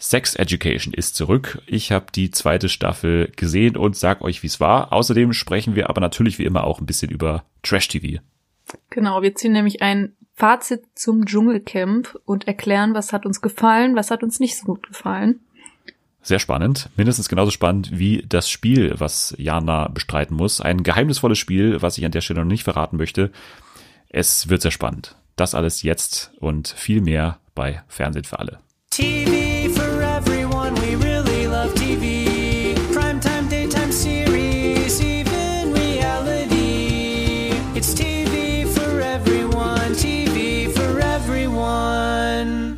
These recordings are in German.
Sex Education ist zurück. Ich habe die 2. Staffel gesehen und sag euch, wie es war. Außerdem sprechen wir aber natürlich wie immer auch ein bisschen über Trash-TV. Genau, wir ziehen nämlich ein Fazit zum Dschungelcamp und erklären, was hat uns gefallen, was hat uns nicht so gut gefallen. Sehr spannend, mindestens genauso spannend wie das Spiel, was Jana bestreiten muss. Ein geheimnisvolles Spiel, was ich an der Stelle noch nicht verraten möchte. Es wird sehr spannend. Das alles jetzt und viel mehr bei Fernsehen für alle. TV for everyone, we really love TV. Primetime, daytime series, even reality. It's TV for everyone, TV for everyone.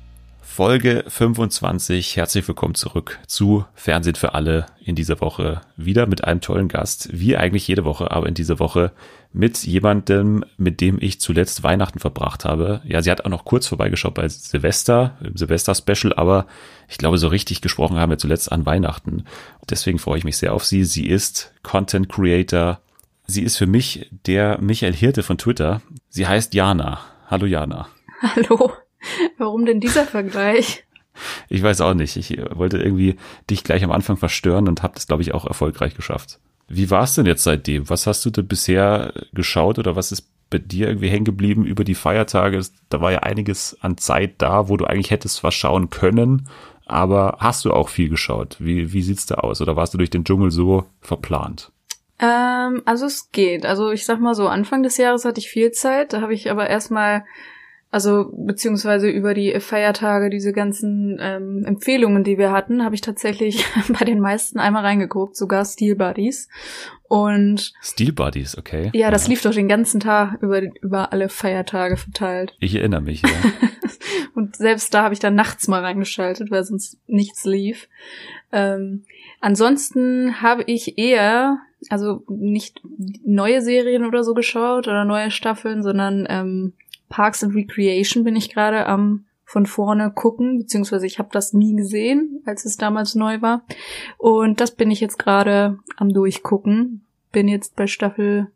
Folge 25, herzlich willkommen zurück zu Fernsehen für alle in dieser Woche. Wieder mit einem tollen Gast, wie eigentlich jede Woche, aber in dieser Woche mit jemandem, mit dem ich zuletzt Weihnachten verbracht habe. Ja, sie hat auch noch kurz vorbeigeschaut bei Silvester, im Silvester-Special, aber ich glaube, so richtig gesprochen haben wir zuletzt an Weihnachten. Deswegen freue ich mich sehr auf sie. Sie ist Content Creator. Sie ist für mich der Michael Hirte von Twitter. Sie heißt Jana. Hallo Jana. Hallo. Warum denn dieser Vergleich? Ich weiß auch nicht. Ich wollte irgendwie dich gleich am Anfang verstören und habe das, glaube ich, auch erfolgreich geschafft. Wie war es denn jetzt seitdem? Was hast du denn bisher geschaut oder was ist bei dir irgendwie hängen geblieben über die Feiertage? Da war ja einiges an Zeit da, wo du eigentlich hättest was schauen können, aber hast du auch viel geschaut? Wie sieht's da aus? Oder warst du durch den Dschungel so verplant? Also es geht. Also ich sag mal so, Anfang des Jahres hatte ich viel Zeit. Da habe ich aber erstmal, also beziehungsweise über die Feiertage, diese ganzen Empfehlungen, die wir hatten, habe ich tatsächlich bei den meisten einmal reingeguckt, sogar Steel Buddies. Und Steel Buddies, okay. Ja, das lief doch den ganzen Tag über alle Feiertage verteilt. Ich erinnere mich, ja. Und selbst da habe ich dann nachts mal reingeschaltet, weil sonst nichts lief. Ansonsten habe ich eher, also nicht neue Serien oder so geschaut oder neue Staffeln, sondern Parks and Recreation bin ich gerade am von vorne gucken, beziehungsweise ich habe das nie gesehen, als es damals neu war. Und das bin ich jetzt gerade am Durchgucken. Bin jetzt bei Staffel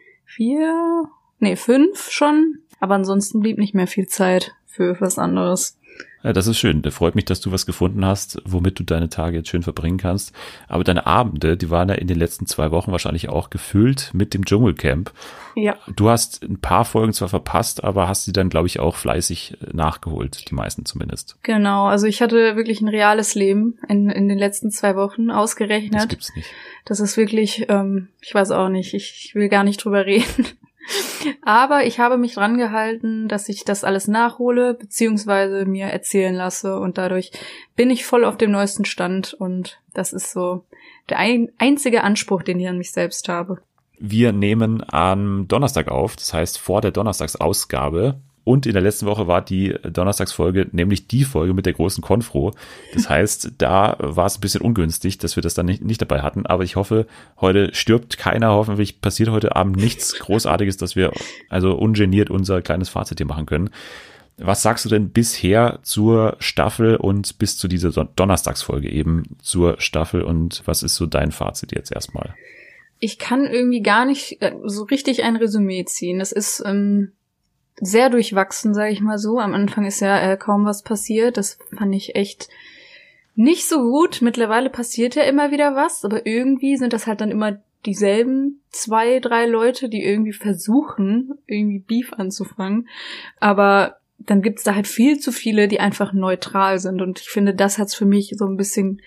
5 schon. Aber ansonsten blieb nicht mehr viel Zeit für was anderes. Ja, das ist schön. Da freut mich, dass du was gefunden hast, womit du deine Tage jetzt schön verbringen kannst. Aber deine Abende, die waren ja in den letzten 2 Wochen wahrscheinlich auch gefüllt mit dem Dschungelcamp. Ja. Du hast ein paar Folgen zwar verpasst, aber hast sie dann, glaube ich, auch fleißig nachgeholt, die meisten zumindest. Genau, also ich hatte wirklich ein reales Leben in den letzten 2 Wochen ausgerechnet. Das gibt's nicht. Das ist wirklich, ich weiß auch nicht, ich will gar nicht drüber reden. Aber ich habe mich dran gehalten, dass ich das alles nachhole, beziehungsweise mir erzählen lasse. Und dadurch bin ich voll auf dem neuesten Stand. Und das ist so der einzige Anspruch, den ich an mich selbst habe. Wir nehmen am Donnerstag auf, das heißt vor der Donnerstagsausgabe. Und in der letzten Woche war die Donnerstagsfolge nämlich die Folge mit der großen Konfro. Das heißt, da war es ein bisschen ungünstig, dass wir das dann nicht dabei hatten. Aber ich hoffe, heute stirbt keiner. Hoffentlich passiert heute Abend nichts Großartiges, dass wir also ungeniert unser kleines Fazit hier machen können. Was sagst du denn bisher zur Staffel und bis zu dieser Donnerstagsfolge eben zur Staffel? Und was ist so dein Fazit jetzt erstmal? Ich kann irgendwie gar nicht so richtig ein Resümee ziehen. Das ist sehr durchwachsen, sage ich mal so. Am Anfang ist ja kaum was passiert. Das fand ich echt nicht so gut. Mittlerweile passiert ja immer wieder was, aber irgendwie sind das halt dann immer dieselben 2, 3 Leute, die irgendwie versuchen, irgendwie Beef anzufangen. Aber dann gibt's da halt viel zu viele, die einfach neutral sind. Und ich finde, das hat's für mich so ein bisschen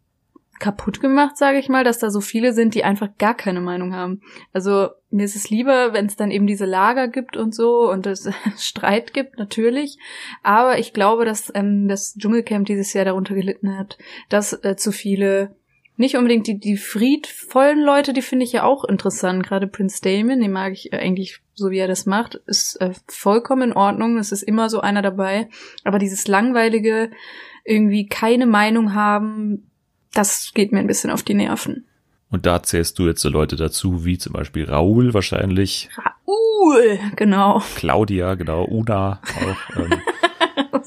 kaputt gemacht, sage ich mal, dass da so viele sind, die einfach gar keine Meinung haben. Also mir ist es lieber, wenn es dann eben diese Lager gibt und so und es Streit gibt, natürlich. Aber ich glaube, dass das Dschungelcamp dieses Jahr darunter gelitten hat, dass zu viele, nicht unbedingt die friedvollen Leute, die finde ich ja auch interessant. Gerade Prince Damon, den mag ich eigentlich, so wie er das macht, ist vollkommen in Ordnung. Es ist immer so einer dabei. Aber dieses langweilige, irgendwie keine Meinung haben, das geht mir ein bisschen auf die Nerven. Und da zählst du jetzt so Leute dazu, wie zum Beispiel Raoul wahrscheinlich. Raoul, genau. Claudia, genau. Una auch.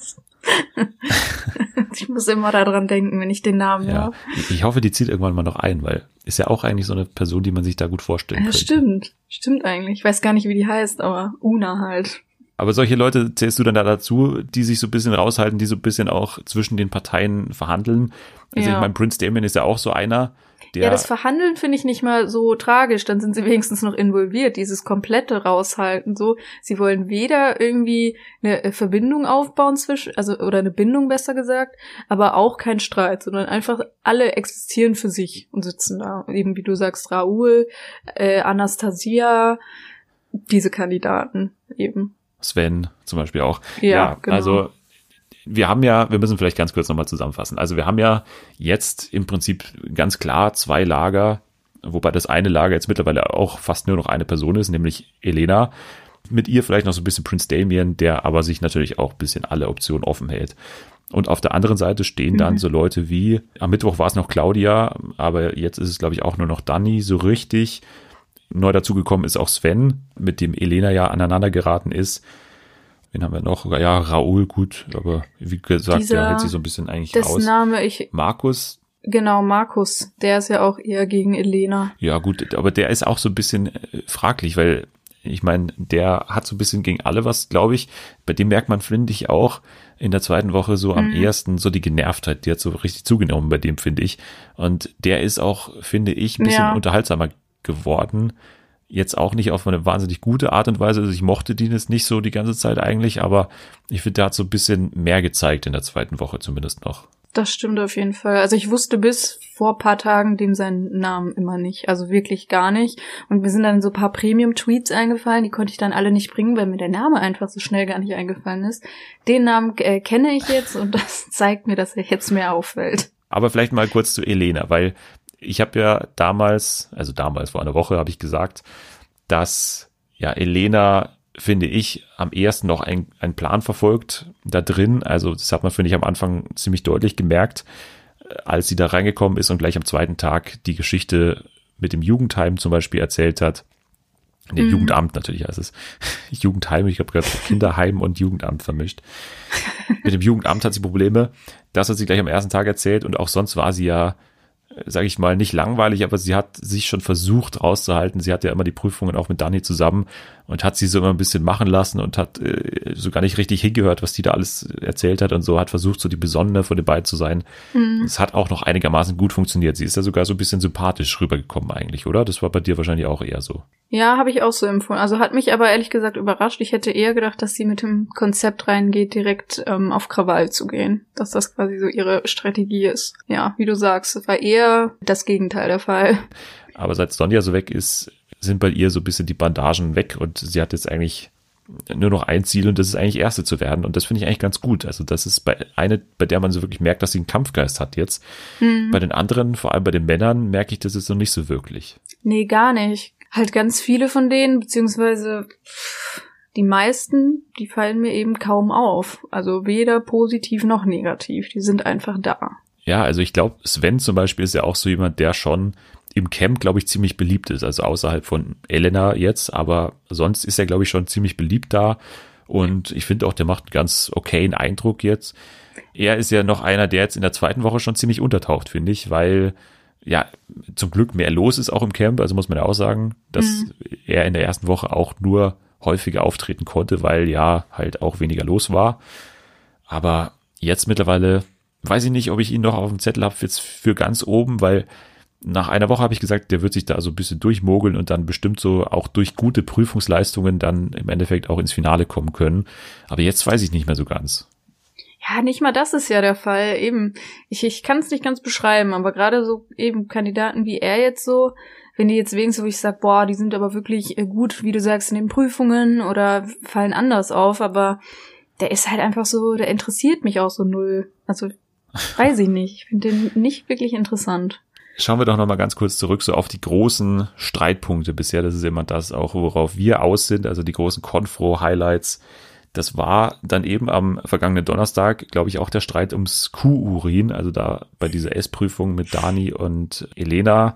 Ich muss immer daran denken, wenn ich den Namen höre. Ich hoffe, die zieht irgendwann mal noch ein, weil ist ja auch eigentlich so eine Person, die man sich da gut vorstellen könnte. Stimmt eigentlich. Ich weiß gar nicht, wie die heißt, aber Una halt. Aber solche Leute zählst du dann da dazu, die sich so ein bisschen raushalten, die so ein bisschen auch zwischen den Parteien verhandeln? Also Ja. ich meine, Prince Damien ist ja auch so einer, der... Ja, das Verhandeln finde ich nicht mal so tragisch, dann sind sie wenigstens noch involviert, dieses komplette Raushalten, so. Sie wollen weder irgendwie eine Verbindung aufbauen oder eine Bindung besser gesagt, aber auch kein Streit, sondern einfach alle existieren für sich und sitzen da. Eben wie du sagst, Raoul, Anastasia, diese Kandidaten eben. Sven zum Beispiel auch. Ja, genau. Also wir müssen vielleicht ganz kurz nochmal zusammenfassen. Also wir haben ja jetzt im Prinzip ganz klar 2 Lager, wobei das eine Lager jetzt mittlerweile auch fast nur noch eine Person ist, nämlich Elena. Mit ihr vielleicht noch so ein bisschen Prince Damien, der aber sich natürlich auch ein bisschen alle Optionen offen hält. Und auf der anderen Seite stehen dann so Leute wie, am Mittwoch war es noch Claudia, aber jetzt ist es, glaube ich, auch nur noch Dani so richtig. Neu dazugekommen ist auch Sven, mit dem Elena ja aneinander geraten ist. Wen haben wir noch? Ja, Raoul, gut, aber wie gesagt, der hält sich so ein bisschen eigentlich raus. Dessen Name Markus. Genau, Markus. Der ist ja auch eher gegen Elena. Ja, gut, aber der ist auch so ein bisschen fraglich, weil ich meine, der hat so ein bisschen gegen alle was, glaube ich. Bei dem merkt man, finde ich, auch in der zweiten Woche so am ehesten so die Genervtheit, die hat so richtig zugenommen bei dem, finde ich. Und der ist auch, finde ich, ein bisschen unterhaltsamer geworden. Jetzt auch nicht auf eine wahnsinnig gute Art und Weise. Also ich mochte den jetzt nicht so die ganze Zeit eigentlich, aber ich finde, der hat so ein bisschen mehr gezeigt in der zweiten Woche zumindest noch. Das stimmt auf jeden Fall. Also ich wusste bis vor ein paar Tagen dem seinen Namen immer nicht. Also wirklich gar nicht. Und mir sind dann so ein paar Premium-Tweets eingefallen, die konnte ich dann alle nicht bringen, weil mir der Name einfach so schnell gar nicht eingefallen ist. Den Namen kenne ich jetzt und das zeigt mir, dass er jetzt mehr auffällt. Aber vielleicht mal kurz zu Elena, weil ich habe ja damals vor einer Woche habe ich gesagt, dass ja Elena, finde ich, am ehesten noch einen Plan verfolgt da drin. Also das hat man, finde ich, am Anfang ziemlich deutlich gemerkt, als sie da reingekommen ist und gleich am zweiten Tag die Geschichte mit dem Jugendheim zum Beispiel erzählt hat. Jugendamt natürlich heißt es. Jugendheim, ich habe gerade Kinderheim und Jugendamt vermischt. Mit dem Jugendamt hat sie Probleme. Das hat sie gleich am ersten Tag erzählt und auch sonst war sie ja, sage ich mal, nicht langweilig, aber sie hat sich schon versucht rauszuhalten. Sie hat ja immer die Prüfungen auch mit Dani zusammen und hat sie so immer ein bisschen machen lassen und hat so gar nicht richtig hingehört, was die da alles erzählt hat und so, hat versucht, so die Besonnene von den beiden zu sein. Es hat auch noch einigermaßen gut funktioniert. Sie ist ja sogar so ein bisschen sympathisch rübergekommen eigentlich, oder? Das war bei dir wahrscheinlich auch eher so. Ja, habe ich auch so empfunden. Also hat mich aber ehrlich gesagt überrascht. Ich hätte eher gedacht, dass sie mit dem Konzept reingeht, direkt auf Krawall zu gehen. Dass das quasi so ihre Strategie ist. Ja, wie du sagst, es war eher das Gegenteil der Fall. Aber seit Sonja so weg ist, sind bei ihr so ein bisschen die Bandagen weg und sie hat jetzt eigentlich nur noch ein Ziel und das ist eigentlich Erste zu werden und das finde ich eigentlich ganz gut. Also das ist bei der man so wirklich merkt, dass sie einen Kampfgeist hat jetzt. Bei den anderen, vor allem bei den Männern, merke ich das jetzt noch nicht so wirklich. Nee, gar nicht. Halt ganz viele von denen, beziehungsweise die meisten, die fallen mir eben kaum auf. Also weder positiv noch negativ. Die sind einfach da. Ja, also ich glaube, Sven zum Beispiel ist ja auch so jemand, der schon im Camp, glaube ich, ziemlich beliebt ist. Also außerhalb von Elena jetzt, aber sonst ist er, glaube ich, schon ziemlich beliebt da. Und ich finde auch, der macht einen ganz okayen Eindruck jetzt. Er ist ja noch einer, der jetzt in der zweiten Woche schon ziemlich untertaucht, finde ich, weil ja zum Glück mehr los ist auch im Camp. Also muss man ja auch sagen, dass er in der ersten Woche auch nur häufiger auftreten konnte, weil ja halt auch weniger los war. Aber jetzt mittlerweile weiß ich nicht, ob ich ihn noch auf dem Zettel habe jetzt für ganz oben, weil nach einer Woche habe ich gesagt, der wird sich da so ein bisschen durchmogeln und dann bestimmt so auch durch gute Prüfungsleistungen dann im Endeffekt auch ins Finale kommen können. Aber jetzt weiß ich nicht mehr so ganz. Ja, nicht mal das ist ja der Fall. Eben, ich kann es nicht ganz beschreiben, aber gerade so eben Kandidaten wie er jetzt so, wenn die jetzt wenigstens, wo ich sage, boah, die sind aber wirklich gut, wie du sagst, in den Prüfungen oder fallen anders auf, aber der ist halt einfach so, der interessiert mich auch so null. Also, weiß ich nicht. Ich finde den nicht wirklich interessant. Schauen wir doch noch mal ganz kurz zurück so auf die großen Streitpunkte bisher. Das ist immer das auch, worauf wir aus sind, also die großen Konfro-Highlights. Das war dann eben am vergangenen Donnerstag, glaube ich, auch der Streit ums Kuhurin, also da bei dieser S-Prüfung mit Dani und Elena,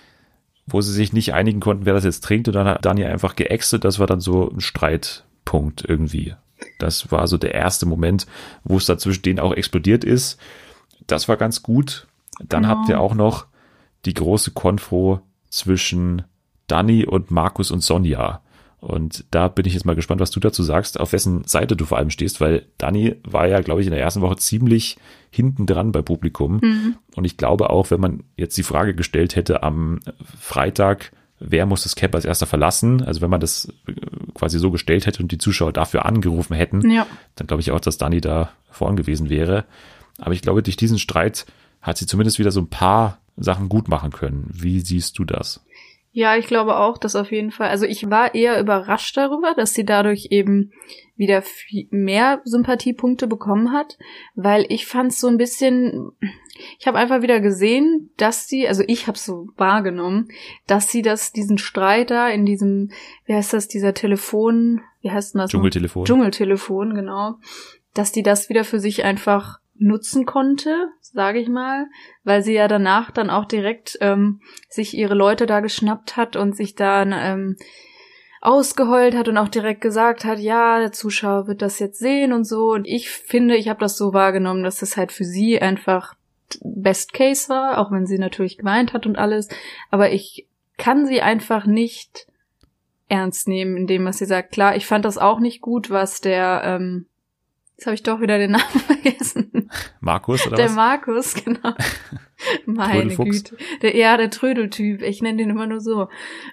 wo sie sich nicht einigen konnten, wer das jetzt trinkt. Und dann hat Dani einfach geäxtet. Das war dann so ein Streitpunkt irgendwie. Das war so der erste Moment, wo es da zwischen denen auch explodiert ist. Das war ganz gut. Dann habt ihr auch noch die große Konfro zwischen Dani und Markus und Sonja. Und da bin ich jetzt mal gespannt, was du dazu sagst, auf wessen Seite du vor allem stehst, weil Dani war ja, glaube ich, in der ersten Woche ziemlich hinten dran bei Publikum. Und ich glaube auch, wenn man jetzt die Frage gestellt hätte am Freitag, wer muss das Camp als erster verlassen, also wenn man das quasi so gestellt hätte und die Zuschauer dafür angerufen hätten, dann glaube ich auch, dass Dani da vorn gewesen wäre. Aber ich glaube, durch diesen Streit hat sie zumindest wieder so ein paar Sachen gut machen können. Wie siehst du das? Ja, ich glaube auch, dass auf jeden Fall, also ich war eher überrascht darüber, dass sie dadurch eben wieder viel mehr Sympathiepunkte bekommen hat, weil ich fand es so ein bisschen, ich habe einfach wieder gesehen, dass sie, also ich habe so wahrgenommen, dass sie diesen Streit da in diesem, wie heißt das, dieser Telefon, wie heißt denn das? Dschungeltelefon, genau, dass die das wieder für sich einfach nutzen konnte, sage ich mal, weil sie ja danach dann auch direkt sich ihre Leute da geschnappt hat und sich dann ausgeheult hat und auch direkt gesagt hat, ja, der Zuschauer wird das jetzt sehen und so. Und ich finde, ich habe das so wahrgenommen, dass das halt für sie einfach Best Case war, auch wenn sie natürlich geweint hat und alles. Aber ich kann sie einfach nicht ernst nehmen in dem, was sie sagt. Klar, ich fand das auch nicht gut, was der jetzt habe ich doch wieder den Namen vergessen. Markus, oder der was? Der Markus, genau. Meine Güte. Der Trödeltyp. Ich nenne den immer nur so.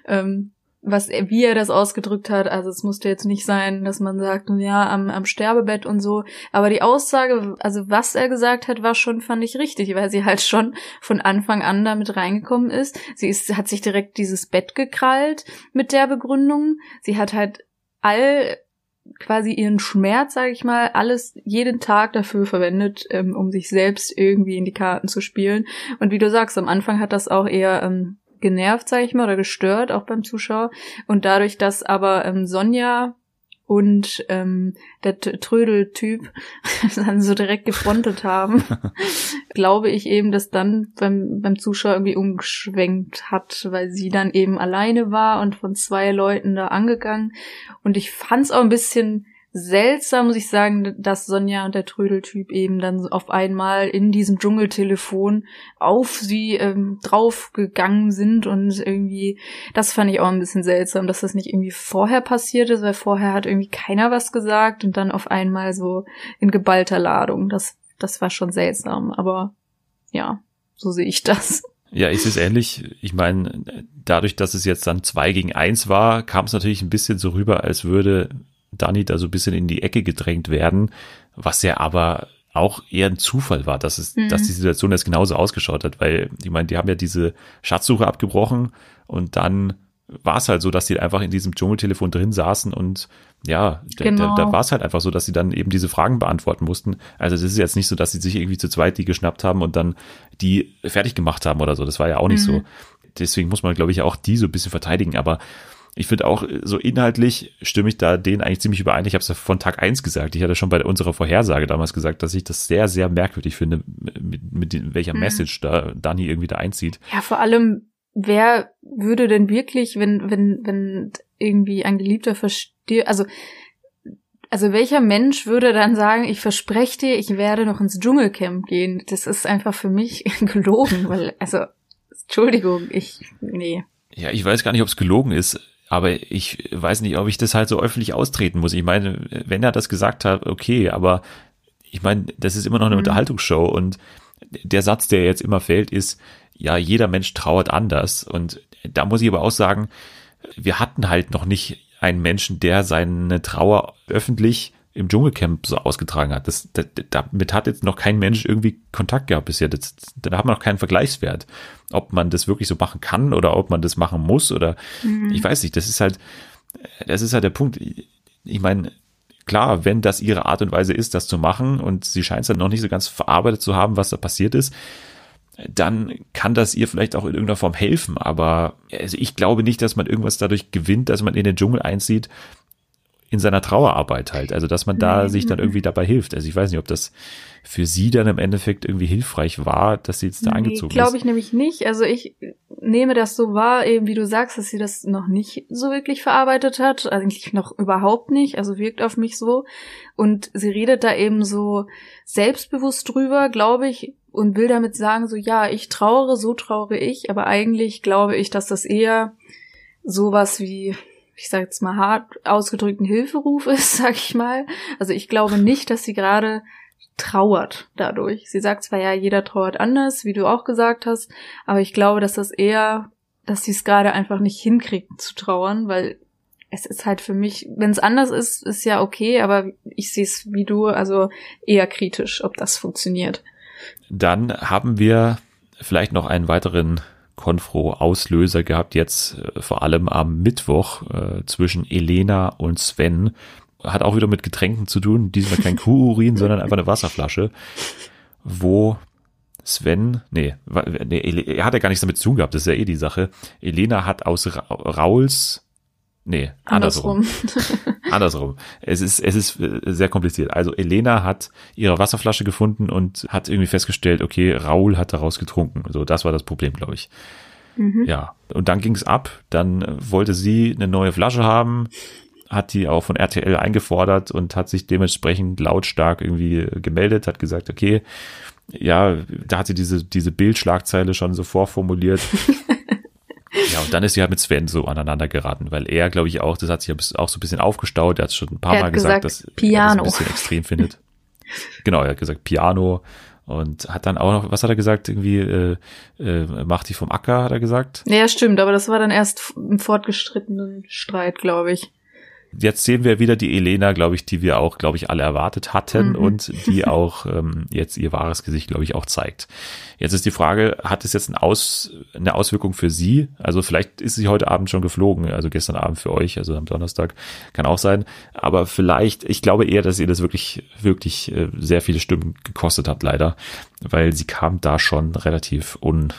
Wie er das ausgedrückt hat, also es musste jetzt nicht sein, dass man sagt, ja, am Sterbebett und so. Aber die Aussage, also was er gesagt hat, war schon, fand ich richtig, weil sie halt schon von Anfang an damit reingekommen ist. Hat sich direkt dieses Bett gekrallt mit der Begründung. Sie hat halt quasi ihren Schmerz, sage ich mal, alles jeden Tag dafür verwendet, um sich selbst irgendwie in die Karten zu spielen. Und wie du sagst, am Anfang hat das auch eher genervt, sage ich mal, oder gestört, auch beim Zuschauer. Und dadurch, dass aber Sonja und der Trödeltyp dann so direkt gefrontet haben, glaube ich eben, dass dann beim Zuschauer irgendwie umgeschwenkt hat, weil sie dann eben alleine war und von 2 Leuten da angegangen. Und ich fand's auch ein bisschen seltsam, muss ich sagen, dass Sonja und der Trödeltyp eben dann auf einmal in diesem Dschungeltelefon auf sie draufgegangen sind und irgendwie, das fand ich auch ein bisschen seltsam, dass das nicht irgendwie vorher passiert ist, weil vorher hat irgendwie keiner was gesagt und dann auf einmal so in geballter Ladung. Das war schon seltsam, aber ja, so sehe ich das. Ja, es ist ähnlich. Ich meine, dadurch, dass es jetzt dann 2-1 war, kam es natürlich ein bisschen so rüber, als würde Dani da so ein bisschen in die Ecke gedrängt werden, was ja aber auch eher ein Zufall war, dass die Situation jetzt genauso ausgeschaut hat, weil, ich meine, die haben ja diese Schatzsuche abgebrochen und dann war es halt so, dass die einfach in diesem Dschungeltelefon drin saßen und ja, da war es halt einfach so, dass sie dann eben diese Fragen beantworten mussten. Also es ist jetzt nicht so, dass sie sich irgendwie zu zweit die geschnappt haben und dann die fertig gemacht haben oder so. Das war ja auch nicht so. Deswegen muss man, glaube ich, auch die so ein bisschen verteidigen, aber ich finde auch, so inhaltlich stimme ich da denen eigentlich ziemlich überein. Ich habe es ja von Tag 1 gesagt. Ich hatte schon bei unserer Vorhersage damals gesagt, dass ich das sehr, sehr merkwürdig finde, mit welcher Message da Dani irgendwie da einzieht. Ja, vor allem, wer würde denn wirklich, wenn irgendwie ein Geliebter versteht, also welcher Mensch würde dann sagen, ich verspreche dir, ich werde noch ins Dschungelcamp gehen? Das ist einfach für mich gelogen, weil, Entschuldigung, nee. Ja, ich weiß gar nicht, ob es gelogen ist. Aber ich weiß nicht, ob ich das halt so öffentlich austreten muss. Ich meine, wenn er das gesagt hat, okay, aber ich meine, das ist immer noch eine Unterhaltungsshow und der Satz, der jetzt immer fällt, ist, ja, jeder Mensch trauert anders. Und da muss ich aber auch sagen, wir hatten halt noch nicht einen Menschen, der seine Trauer öffentlich im Dschungelcamp so ausgetragen hat. Damit hat jetzt noch kein Mensch irgendwie Kontakt gehabt bisher. Da haben wir noch keinen Vergleichswert. Ob man das wirklich so machen kann oder ob man das machen muss oder ich weiß nicht. Das ist halt der Punkt. Ich meine, klar, wenn das ihre Art und Weise ist, das zu machen und sie scheint es dann noch nicht so ganz verarbeitet zu haben, was da passiert ist, dann kann das ihr vielleicht auch in irgendeiner Form helfen. Aber also ich glaube nicht, dass man irgendwas dadurch gewinnt, dass man in den Dschungel einzieht, in seiner Trauerarbeit halt. Also, dass man da sich dann irgendwie dabei hilft. Also, ich weiß nicht, ob das für sie dann im Endeffekt irgendwie hilfreich war, dass sie jetzt da eingezogen ist. Glaube ich nämlich nicht. Also, ich nehme das so wahr, eben wie du sagst, dass sie das noch nicht so wirklich verarbeitet hat. Eigentlich noch überhaupt nicht. Also, wirkt auf mich so. Und sie redet da eben so selbstbewusst drüber, glaube ich, und will damit sagen, so, ja, ich trauere, so trauere ich. Aber eigentlich glaube ich, dass das eher sowas wie, ich sage jetzt mal hart ausgedrückt, ein Hilferuf ist, sag ich mal. Also ich glaube nicht, dass sie gerade trauert dadurch. Sie sagt zwar, ja, jeder trauert anders, wie du auch gesagt hast, aber ich glaube, dass das eher, dass sie es gerade einfach nicht hinkriegt zu trauern, weil es ist halt für mich, wenn es anders ist ja okay, aber ich sehe es wie du, also eher kritisch, ob das funktioniert. Dann haben wir vielleicht noch einen weiteren Konfro-Auslöser gehabt, jetzt vor allem am Mittwoch zwischen Elena und Sven. Hat auch wieder mit Getränken zu tun, diesmal kein Kuhurin, sondern einfach eine Wasserflasche, wo Sven, er hat ja gar nichts damit zu tun gehabt, das ist ja eh die Sache. Elena hat aus Rauls, andersrum. Es ist sehr kompliziert. Also Elena hat ihre Wasserflasche gefunden und hat irgendwie festgestellt, okay, Raul hat daraus getrunken. So, das war das Problem, glaube ich. Ja, und dann ging's ab. Dann wollte sie eine neue Flasche haben, hat die auch von RTL eingefordert und hat sich dementsprechend lautstark irgendwie gemeldet, hat gesagt, okay, ja, da hat sie diese Bildschlagzeile schon so vorformuliert. Ja, und dann ist sie halt mit Sven so aneinander geraten, weil er, glaube ich, auch, das hat sich auch so ein bisschen aufgestaut, er hat schon ein paar Mal gesagt, dass Piano. er das ein bisschen extrem findet. Genau, er hat gesagt Piano und hat dann auch noch, was hat er gesagt, irgendwie mach die vom Acker, hat er gesagt. Ja, stimmt, aber das war dann erst im fortgeschrittenen Streit, glaube ich. Jetzt sehen wir wieder die Elena, glaube ich, die wir auch, glaube ich, alle erwartet hatten und die auch jetzt ihr wahres Gesicht, glaube ich, auch zeigt. Jetzt ist die Frage, hat es jetzt eine Auswirkung für sie? Also vielleicht ist sie heute Abend schon geflogen, also gestern Abend für euch, also am Donnerstag, kann auch sein. Aber vielleicht, ich glaube eher, dass ihr das wirklich, wirklich sehr viele Stimmen gekostet hat, leider, weil sie kam da schon relativ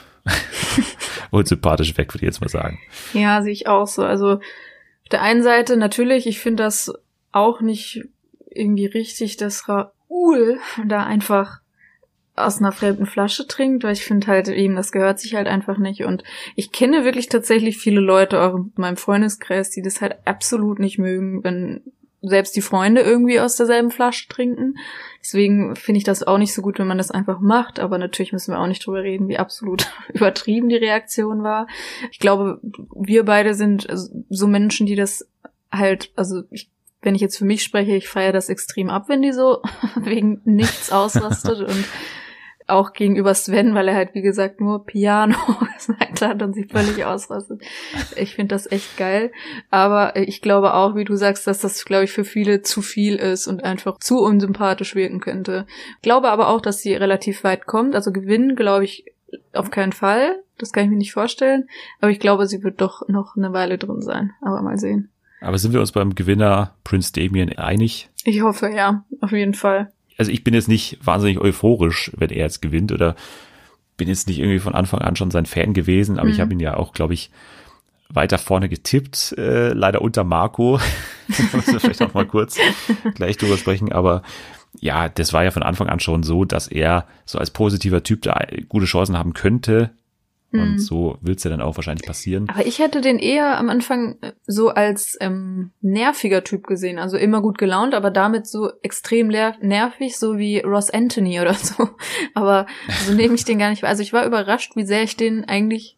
unsympathisch weg, würde ich jetzt mal sagen. Ja, sehe ich auch so. Also auf der einen Seite natürlich, ich finde das auch nicht irgendwie richtig, dass Raul da einfach aus einer fremden Flasche trinkt, weil ich finde halt eben, das gehört sich halt einfach nicht. Und ich kenne wirklich tatsächlich viele Leute auch in meinem Freundeskreis, die das halt absolut nicht mögen, wenn selbst die Freunde irgendwie aus derselben Flasche trinken. Deswegen finde ich das auch nicht so gut, wenn man das einfach macht. Aber natürlich müssen wir auch nicht drüber reden, wie absolut übertrieben die Reaktion war. Ich glaube, wir beide sind so Menschen, die das halt, also wenn ich jetzt für mich spreche, ich feiere das extrem ab, wenn die so wegen nichts ausrastet und auch gegenüber Sven, weil er halt, wie gesagt, nur Piano gesagt hat und sich völlig ausrastet. Ich finde das echt geil. Aber ich glaube auch, wie du sagst, dass das, glaube ich, für viele zu viel ist und einfach zu unsympathisch wirken könnte. Ich glaube aber auch, dass sie relativ weit kommt. Also gewinnen, glaube ich, auf keinen Fall. Das kann ich mir nicht vorstellen. Aber ich glaube, sie wird doch noch eine Weile drin sein. Aber mal sehen. Aber sind wir uns beim Gewinner Prince Damien einig? Ich hoffe, ja. Auf jeden Fall. Also ich bin jetzt nicht wahnsinnig euphorisch, wenn er jetzt gewinnt, oder bin jetzt nicht irgendwie von Anfang an schon sein Fan gewesen, aber ich habe ihn ja auch, glaube ich, weiter vorne getippt, leider unter Marco. Da müssen wir vielleicht auch mal kurz gleich drüber sprechen, aber ja, das war ja von Anfang an schon so, dass er so als positiver Typ da gute Chancen haben könnte. Und so wird's ja dann auch wahrscheinlich passieren. Aber ich hätte den eher am Anfang so als nerviger Typ gesehen. Also immer gut gelaunt, aber damit so extrem nervig, so wie Ross Anthony oder so. Aber so nehme ich den gar nicht. Also ich war überrascht, wie sehr ich den eigentlich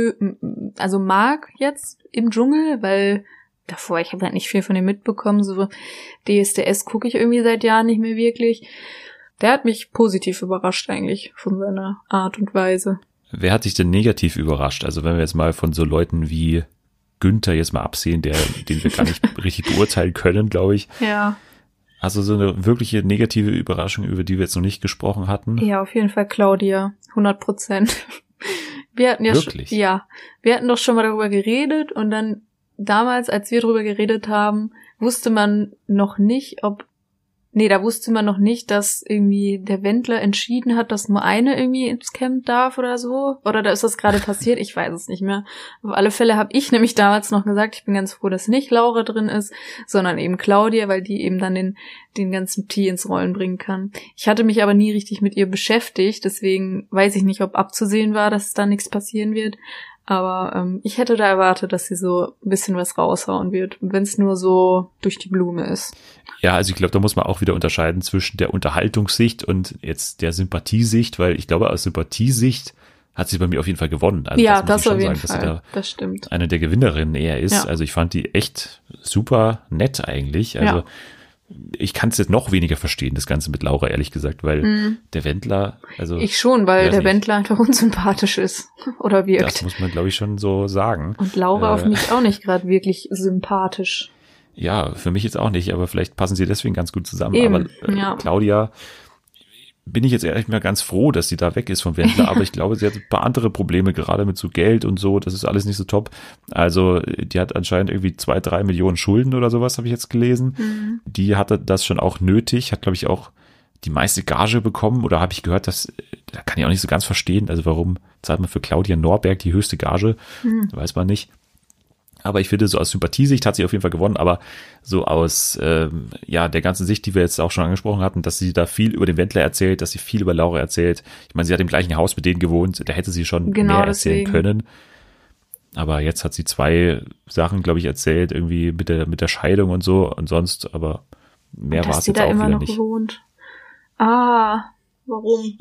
mag jetzt im Dschungel, weil davor, ich habe halt nicht viel von dem mitbekommen. So DSDS gucke ich irgendwie seit Jahren nicht mehr wirklich. Der hat mich positiv überrascht eigentlich von seiner Art und Weise. Wer hat dich denn negativ überrascht? Also wenn wir jetzt mal von so Leuten wie Günther jetzt mal absehen, den wir gar nicht richtig beurteilen können, glaube ich. Ja. Also so eine wirkliche negative Überraschung, über die wir jetzt noch nicht gesprochen hatten? Ja, auf jeden Fall Claudia. 100%. Wir hatten ja wirklich? Wir hatten doch schon mal darüber geredet und dann damals, als wir darüber geredet haben, wusste man noch nicht, da wusste man noch nicht, dass irgendwie der Wendler entschieden hat, dass nur eine irgendwie ins Camp darf oder so. Oder da ist das gerade passiert, ich weiß es nicht mehr. Auf alle Fälle habe ich nämlich damals noch gesagt, ich bin ganz froh, dass nicht Laura drin ist, sondern eben Claudia, weil die eben dann den ganzen Tee ins Rollen bringen kann. Ich hatte mich aber nie richtig mit ihr beschäftigt, deswegen weiß ich nicht, ob abzusehen war, dass da nichts passieren wird. Aber ich hätte da erwartet, dass sie so ein bisschen was raushauen wird, wenn es nur so durch die Blume ist. Ja, also ich glaube, da muss man auch wieder unterscheiden zwischen der Unterhaltungssicht und jetzt der Sympathiesicht, weil ich glaube, aus Sympathiesicht hat sie bei mir auf jeden Fall gewonnen. Also ja, muss das ich schon auf jeden sagen, dass sie Fall. da Das stimmt. eine der Gewinnerinnen eher ist. Ja. Also ich fand die echt super nett eigentlich. Also Ja. ich kann es jetzt noch weniger verstehen, das Ganze mit Laura, ehrlich gesagt, weil der Wendler, also Ich schon, weil weiß der nicht. Wendler einfach unsympathisch ist oder das wirkt. muss man, glaube ich, schon so sagen. Und Laura auf mich auch nicht gerade wirklich sympathisch. Ja, für mich jetzt auch nicht, aber vielleicht passen sie deswegen ganz gut zusammen. Eben, Aber ja. Claudia, bin ich jetzt ehrlich mal ganz froh, dass sie da weg ist vom Wendler, aber ich glaube, sie hat ein paar andere Probleme, gerade mit so Geld und so, das ist alles nicht so top. Also die hat anscheinend irgendwie 2-3 Millionen Schulden oder sowas, habe ich jetzt gelesen. Die hatte das schon auch nötig, hat, glaube ich, auch die meiste Gage bekommen oder habe ich gehört, dass, da kann ich auch nicht so ganz verstehen, also warum zahlt man für Claudia Norberg die höchste Gage, weiß man nicht. Aber ich finde, so aus Sympathiesicht hat sie auf jeden Fall gewonnen, aber so aus der ganzen Sicht, die wir jetzt auch schon angesprochen hatten, dass sie da viel über den Wendler erzählt, dass sie viel über Laura erzählt. Ich meine, sie hat im gleichen Haus mit denen gewohnt, da hätte sie schon Genau, mehr erzählen deswegen. können. Aber jetzt hat sie 2 Sachen, glaube ich, erzählt, irgendwie mit der Scheidung und so und sonst, aber mehr war Dass es sie jetzt da auch immer wieder noch nicht. wohnt. Ah, warum?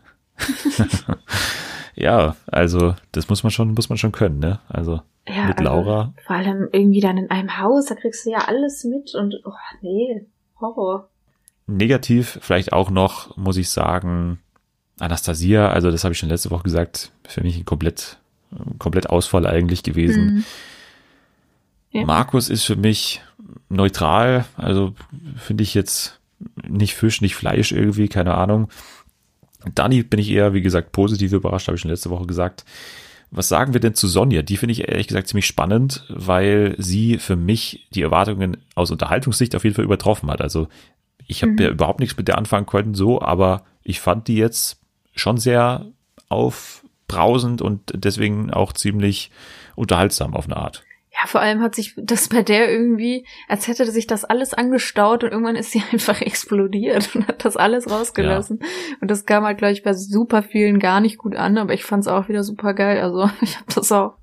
Ja, also das muss man schon können, ne? Also Ja, mit Laura. Also, vor allem irgendwie dann in einem Haus, da kriegst du ja alles mit und, oh nee, Horror. Negativ vielleicht auch noch, muss ich sagen, Anastasia, also das habe ich schon letzte Woche gesagt, für mich ein komplett Ausfall eigentlich gewesen. Ja. Markus ist für mich neutral, also finde ich jetzt nicht Fisch, nicht Fleisch irgendwie, keine Ahnung. Dani bin ich eher, wie gesagt, positiv überrascht, habe ich schon letzte Woche gesagt. Was sagen wir denn zu Sonja? Die finde ich ehrlich gesagt ziemlich spannend, weil sie für mich die Erwartungen aus Unterhaltungssicht auf jeden Fall übertroffen hat. Also ich habe ja überhaupt nichts mit der anfangen können, so, aber ich fand die jetzt schon sehr aufbrausend und deswegen auch ziemlich unterhaltsam auf eine Art. Ja, vor allem hat sich das bei der irgendwie, als hätte sich das alles angestaut und irgendwann ist sie einfach explodiert und hat das alles rausgelassen. Ja. Und das kam halt, glaube ich, bei super vielen gar nicht gut an, aber ich fand es auch wieder super geil. Also ich habe das auch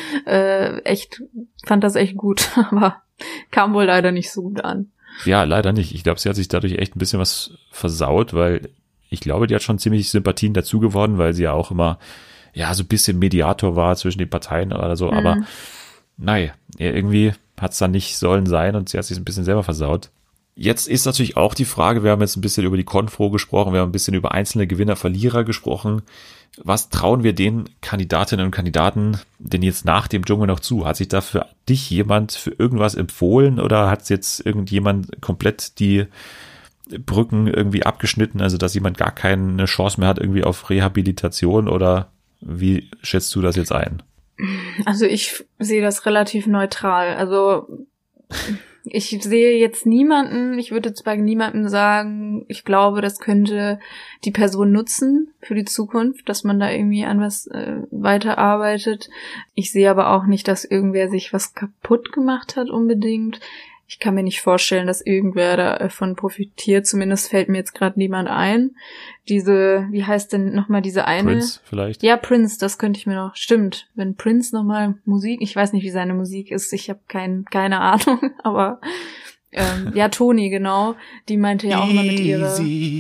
fand das echt gut, aber kam wohl leider nicht so gut an. Ja, leider nicht. Ich glaube, sie hat sich dadurch echt ein bisschen was versaut, weil ich glaube, die hat schon ziemlich Sympathien dazu gewonnen, weil sie ja auch immer so ein bisschen Mediator war zwischen den Parteien oder so, aber nein, irgendwie hat es dann nicht sollen sein und sie hat sich ein bisschen selber versaut. Jetzt ist natürlich auch die Frage, wir haben jetzt ein bisschen über die Konfro gesprochen, wir haben ein bisschen über einzelne Gewinner, Verlierer gesprochen. Was trauen wir den Kandidatinnen und Kandidaten denn jetzt nach dem Dschungel noch zu? Hat sich da für dich jemand für irgendwas empfohlen oder hat jetzt irgendjemand komplett die Brücken irgendwie abgeschnitten, also dass jemand gar keine Chance mehr hat irgendwie auf Rehabilitation oder wie schätzt du das jetzt ein? Also ich sehe das relativ neutral. Also ich sehe jetzt niemanden, ich würde jetzt bei niemandem sagen, ich glaube, das könnte die Person nutzen für die Zukunft, dass man da irgendwie an was weiterarbeitet. Ich sehe aber auch nicht, dass irgendwer sich was kaputt gemacht hat unbedingt. Ich kann mir nicht vorstellen, dass irgendwer davon profitiert. Zumindest fällt mir jetzt gerade niemand ein. Wie heißt denn nochmal diese eine? Prince vielleicht? Ja, Prince, das könnte ich mir noch. Stimmt, wenn Prince nochmal Musik, ich weiß nicht, wie seine Musik ist, ich habe keine Ahnung, aber ja, Toni, genau, die meinte ja auch immer mit ihrer...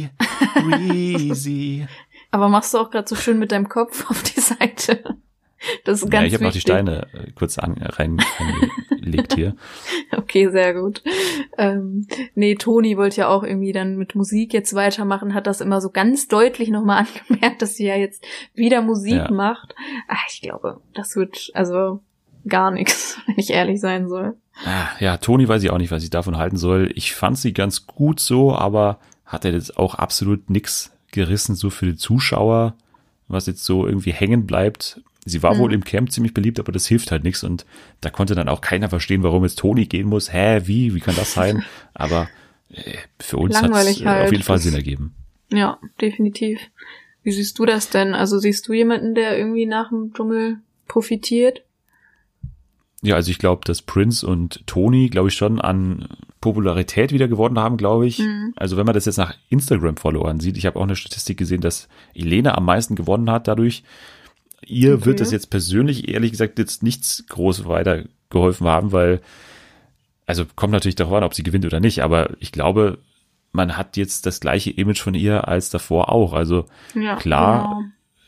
Easy. Aber machst du auch gerade so schön mit deinem Kopf auf die Seite. Das ist ganz ich habe noch die wichtig. Steine kurz reingelegt hier. Okay, sehr gut. Toni wollte ja auch irgendwie dann mit Musik jetzt weitermachen, hat das immer so ganz deutlich nochmal angemerkt, dass sie ja jetzt wieder Musik macht. Ich glaube, das wird also gar nichts, wenn ich ehrlich sein soll. Ja, Toni weiß ich auch nicht, was ich davon halten soll. Ich fand sie ganz gut so, aber hat er jetzt auch absolut nix gerissen, so für die Zuschauer, was jetzt so irgendwie hängen bleibt. Sie war wohl im Camp ziemlich beliebt, aber das hilft halt nichts und da konnte dann auch keiner verstehen, warum jetzt Toni gehen muss. Wie kann das sein? Aber für uns hat es auf jeden Fall Sinn ergeben. Ja, definitiv. Wie siehst du das denn? Also siehst du jemanden, der irgendwie nach dem Dschungel profitiert? Ja, also ich glaube, dass Prince und Toni, glaube ich, schon an Popularität wieder gewonnen haben, glaube ich. Also wenn man das jetzt nach Instagram-Followern sieht, ich habe auch eine Statistik gesehen, dass Elena am meisten gewonnen hat dadurch. Ihr wird es jetzt persönlich, ehrlich gesagt, jetzt nichts groß weitergeholfen haben, weil, also kommt natürlich darauf an, ob sie gewinnt oder nicht, aber ich glaube, man hat jetzt das gleiche Image von ihr als davor auch. Also klar,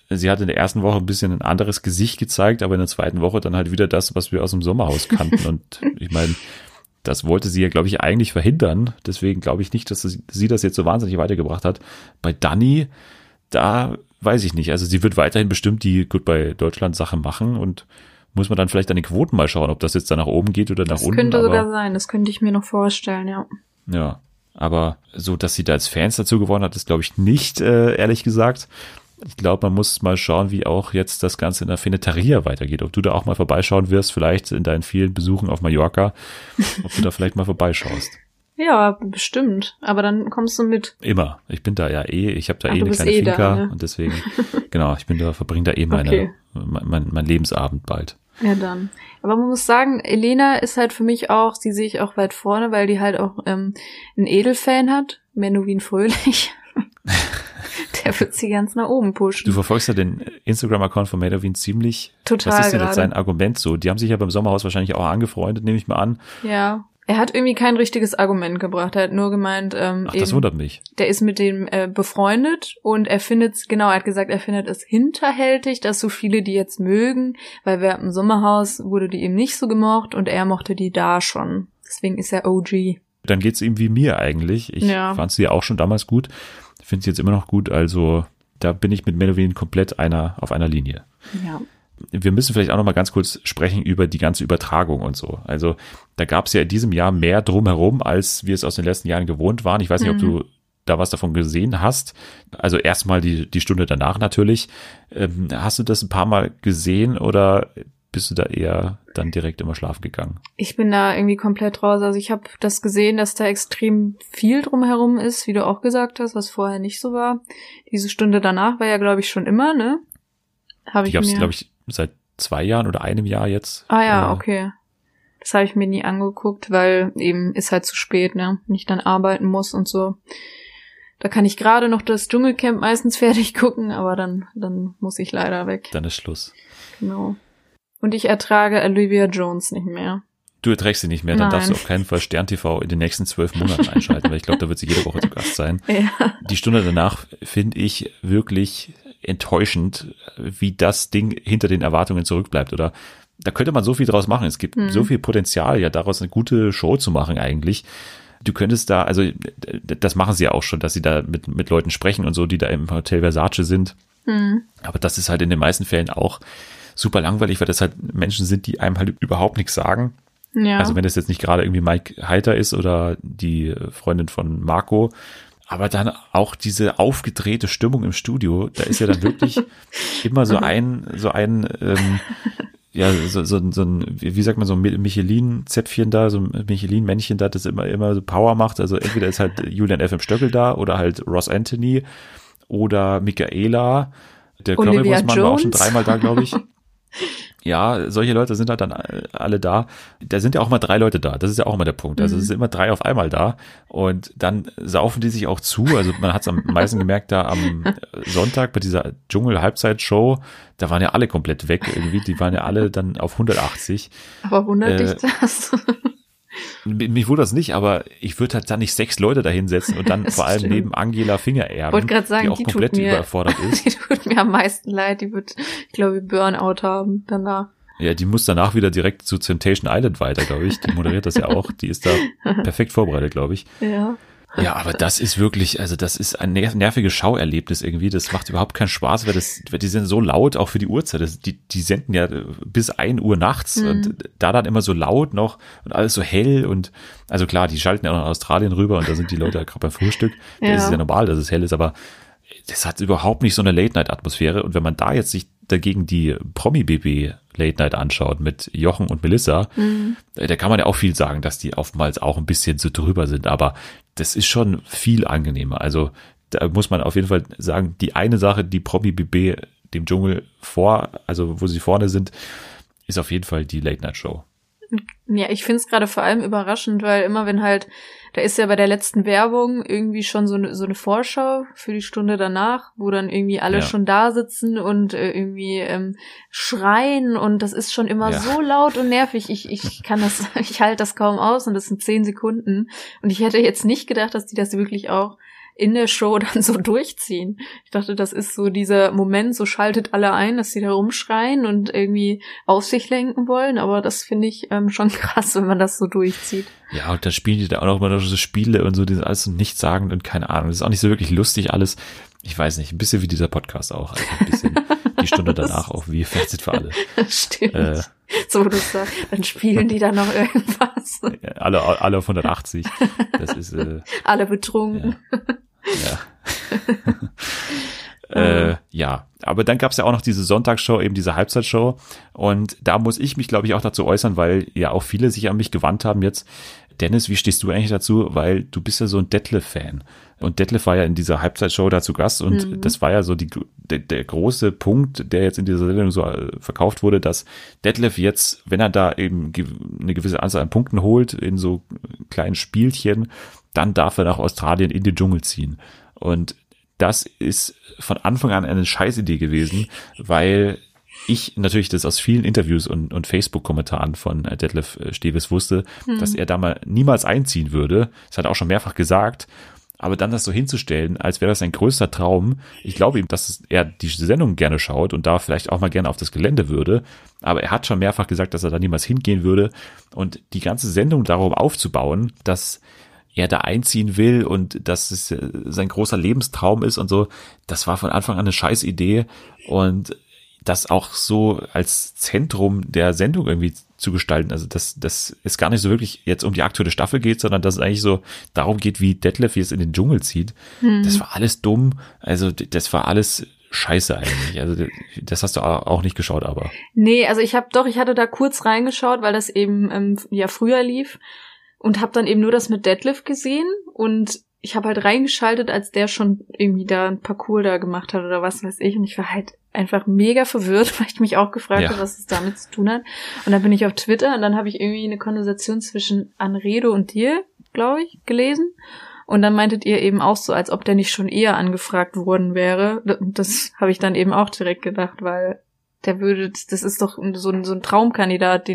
sie hat in der ersten Woche ein bisschen ein anderes Gesicht gezeigt, aber in der zweiten Woche dann halt wieder das, was wir aus dem Sommerhaus kannten. Und ich meine, das wollte sie ja, glaube ich, eigentlich verhindern. Deswegen glaube ich nicht, dass sie das jetzt so wahnsinnig weitergebracht hat. Bei Dani, da weiß ich nicht. Also sie wird weiterhin bestimmt die Goodbye Deutschland Sache machen und muss man dann vielleicht an den Quoten mal schauen, ob das jetzt dann nach oben geht oder nach unten. Das könnte sogar sein, das könnte ich mir noch vorstellen, ja. Ja, aber so, dass sie da als Fans dazu gewonnen hat, ist, glaube ich, nicht, ehrlich gesagt. Ich glaube, man muss mal schauen, wie auch jetzt das Ganze in der Feneteria weitergeht. Ob du da auch mal vorbeischauen wirst, vielleicht in deinen vielen Besuchen auf Mallorca, ob du da vielleicht mal vorbeischaust. Ja, bestimmt. Aber dann kommst du mit. Immer. Ich bin da ja ich habe da Du eine bist kleine Finca da, ne? und deswegen, genau, verbringe da Okay. mein Lebensabend bald. Ja, dann. Aber man muss sagen, Elena ist halt für mich auch, die sehe ich auch weit vorne, weil die halt auch einen Edelfan hat, Menowin Fröhlich. Der wird sie ganz nach oben pushen. Du verfolgst ja den Instagram-Account von Menowin ziemlich. Total. Was ist denn gerade. jetzt sein Argument so? Die haben sich ja beim Sommerhaus wahrscheinlich auch angefreundet, nehme ich mal an. Ja. Er hat irgendwie kein richtiges Argument gebracht. Er hat nur gemeint, Ach, das wundert mich. der ist mit dem befreundet und er findet es hinterhältig, dass so viele die jetzt mögen, weil während im Sommerhaus wurde die eben nicht so gemocht und er mochte die da schon. Deswegen ist er OG. Dann geht's ihm wie mir eigentlich. Ich fand sie ja auch schon damals gut. Finde sie jetzt immer noch gut. Also da bin ich mit Menowin komplett auf einer Linie. Ja. Wir müssen vielleicht auch noch mal ganz kurz sprechen über die ganze Übertragung und so. Also da gab es ja in diesem Jahr mehr drumherum, als wir es aus den letzten Jahren gewohnt waren. Ich weiß nicht, ob du da was davon gesehen hast. Also erstmal die Stunde danach natürlich. Hast du das ein paar Mal gesehen oder bist du da eher dann direkt immer schlafen gegangen? Ich bin da irgendwie komplett raus. Also ich habe das gesehen, dass da extrem viel drumherum ist, wie du auch gesagt hast, was vorher nicht so war. Diese Stunde danach war ja, glaube ich, schon immer, ne? Die gab es, glaube ich, seit 2 Jahren oder einem Jahr jetzt. Ah ja, okay. Das habe ich mir nie angeguckt, weil eben ist halt zu spät, ne? Wenn ich dann arbeiten muss und so. Da kann ich gerade noch das Dschungelcamp meistens fertig gucken, aber dann muss ich leider weg. Dann ist Schluss. Genau. Und ich ertrage Olivia Jones nicht mehr. Du erträgst sie nicht mehr, dann Nein. darfst du auf keinen Fall Stern TV in den nächsten 12 Monaten einschalten, weil ich glaube, da wird sie jede Woche zu Gast sein. Ja. Die Stunde danach finde ich wirklich enttäuschend, wie das Ding hinter den Erwartungen zurückbleibt. Oder da könnte man so viel draus machen. Es gibt so viel Potenzial, ja, daraus eine gute Show zu machen eigentlich. Du könntest da, also das machen sie ja auch schon, dass sie da mit Leuten sprechen und so, die da im Hotel Versace sind. Aber das ist halt in den meisten Fällen auch super langweilig, weil das halt Menschen sind, die einem halt überhaupt nichts sagen. Ja. Also wenn das jetzt nicht gerade irgendwie Mike Heiter ist oder die Freundin von Marco, aber dann auch diese aufgedrehte Stimmung im Studio, da ist ja dann wirklich immer so ein wie sagt man, so ein Michelin-Zäpfchen da, so ein Michelin-Männchen da, das immer so Power macht. Also entweder ist halt Julian F.M. Stöckel da oder halt Ross Anthony oder Michaela. Der Currywurstmann war auch schon 3-mal da, glaube ich. Ja, solche Leute sind halt dann alle da. Da sind ja auch mal 3 Leute da. Das ist ja auch immer der Punkt. Also es sind immer 3 auf einmal da. Und dann saufen die sich auch zu. Also man hat es am meisten gemerkt da am Sonntag bei dieser Dschungel-Halbzeitshow. Da waren ja alle komplett weg irgendwie. Die waren ja alle dann auf 180. Aber wundert dich das? Mich wundert es nicht, aber ich würde halt dann nicht 6 Leute da hinsetzen und dann Das vor allem stimmt. neben Angela Fingererben, Wollte gerade sagen, die auch die komplett tut mir- überfordert ist. Die tut mir am meisten leid. Die wird, ich glaube, Burnout haben danach. Ja, die muss danach wieder direkt zu Temptation Island weiter, glaube ich. Die moderiert das ja auch. Die ist da perfekt vorbereitet, glaube ich. Ja. Ja, aber das ist wirklich, also das ist ein nerviges Schauerlebnis irgendwie. Das macht überhaupt keinen Spaß, weil die sind so laut, auch für die Uhrzeit. Die senden ja bis 1 Uhr nachts und da dann immer so laut noch und alles so hell und, also klar, die schalten ja auch nach Australien rüber und da sind die Leute gerade beim Frühstück. Da ist es ja normal, dass es hell ist, aber das hat überhaupt nicht so eine Late-Night-Atmosphäre. Und wenn man da jetzt sich dagegen die Promi-BB Late-Night anschaut mit Jochen und Melissa, da kann man ja auch viel sagen, dass die oftmals auch ein bisschen so drüber sind. Aber das ist schon viel angenehmer. Also da muss man auf jeden Fall sagen, die eine Sache, die Promi-BB dem Dschungel also wo sie vorne sind, ist auf jeden Fall die Late-Night-Show. Ja, ich find's gerade vor allem überraschend, weil immer wenn halt, da ist ja bei der letzten Werbung irgendwie schon so eine Vorschau für die Stunde danach, wo dann irgendwie alle schon da sitzen und irgendwie schreien und das ist schon immer so laut und nervig. Ich halte das kaum aus und das sind 10 Sekunden und ich hätte jetzt nicht gedacht, dass die das wirklich auch in der Show dann so durchziehen. Ich dachte, das ist so dieser Moment, so schaltet alle ein, dass sie da rumschreien und irgendwie auf sich lenken wollen, aber das finde ich schon krass, wenn man das so durchzieht. Ja, und dann spielen die da auch noch mal so Spiele und so, die sind alles so nichtssagend und keine Ahnung. Das ist auch nicht so wirklich lustig alles. Ich weiß nicht, ein bisschen wie dieser Podcast auch. Also ein bisschen die Stunde danach auch wie Fernsehen für alle. Stimmt. So, du sagst, dann spielen die da noch irgendwas. Alle auf 180. Das ist alle betrunken. Ja. Ja, aber dann gab's ja auch noch diese Sonntagsshow, eben diese Halbzeitshow, und da muss ich mich, glaube ich, auch dazu äußern, weil ja auch viele sich an mich gewandt haben jetzt. Dennis, wie stehst du eigentlich dazu? Weil du bist ja so ein Detlef-Fan. Und Detlef war ja in dieser Halbzeitshow da zu Gast und das war ja so der große Punkt, der jetzt in dieser Sendung so verkauft wurde, dass Detlef jetzt, wenn er da eben eine gewisse Anzahl an Punkten holt in so kleinen Spielchen, dann darf er nach Australien in den Dschungel ziehen. Und das ist von Anfang an eine Scheißidee gewesen, weil ich natürlich das aus vielen Interviews und Facebook-Kommentaren von Detlef Steves wusste, dass er da mal niemals einziehen würde. Das hat er auch schon mehrfach gesagt. Aber dann das so hinzustellen, als wäre das sein größter Traum. Ich glaube ihm, dass er die Sendung gerne schaut und da vielleicht auch mal gerne auf das Gelände würde. Aber er hat schon mehrfach gesagt, dass er da niemals hingehen würde. Und die ganze Sendung darum aufzubauen, dass er da einziehen will und dass es sein großer Lebenstraum ist und so, das war von Anfang an eine Scheißidee. Und das auch so als Zentrum der Sendung irgendwie zu gestalten, also dass es gar nicht so wirklich jetzt um die aktuelle Staffel geht, sondern dass es eigentlich so darum geht, wie Detlef jetzt in den Dschungel zieht. Das war alles dumm, also das war alles scheiße eigentlich, also das hast du auch nicht geschaut, aber. Nee, also ich hatte da kurz reingeschaut, weil das eben ja früher lief und habe dann eben nur das mit Detlef gesehen und ich habe halt reingeschaltet, als der schon irgendwie da ein Parcours da gemacht hat oder was weiß ich. Und ich war halt einfach mega verwirrt, weil ich mich auch gefragt habe, was es damit zu tun hat. Und dann bin ich auf Twitter und dann habe ich irgendwie eine Konversation zwischen Anredo und dir, glaube ich, gelesen. Und dann meintet ihr eben auch so, als ob der nicht schon eher angefragt worden wäre. Das habe ich dann eben auch direkt gedacht, weil das ist doch so ein Traumkandidat,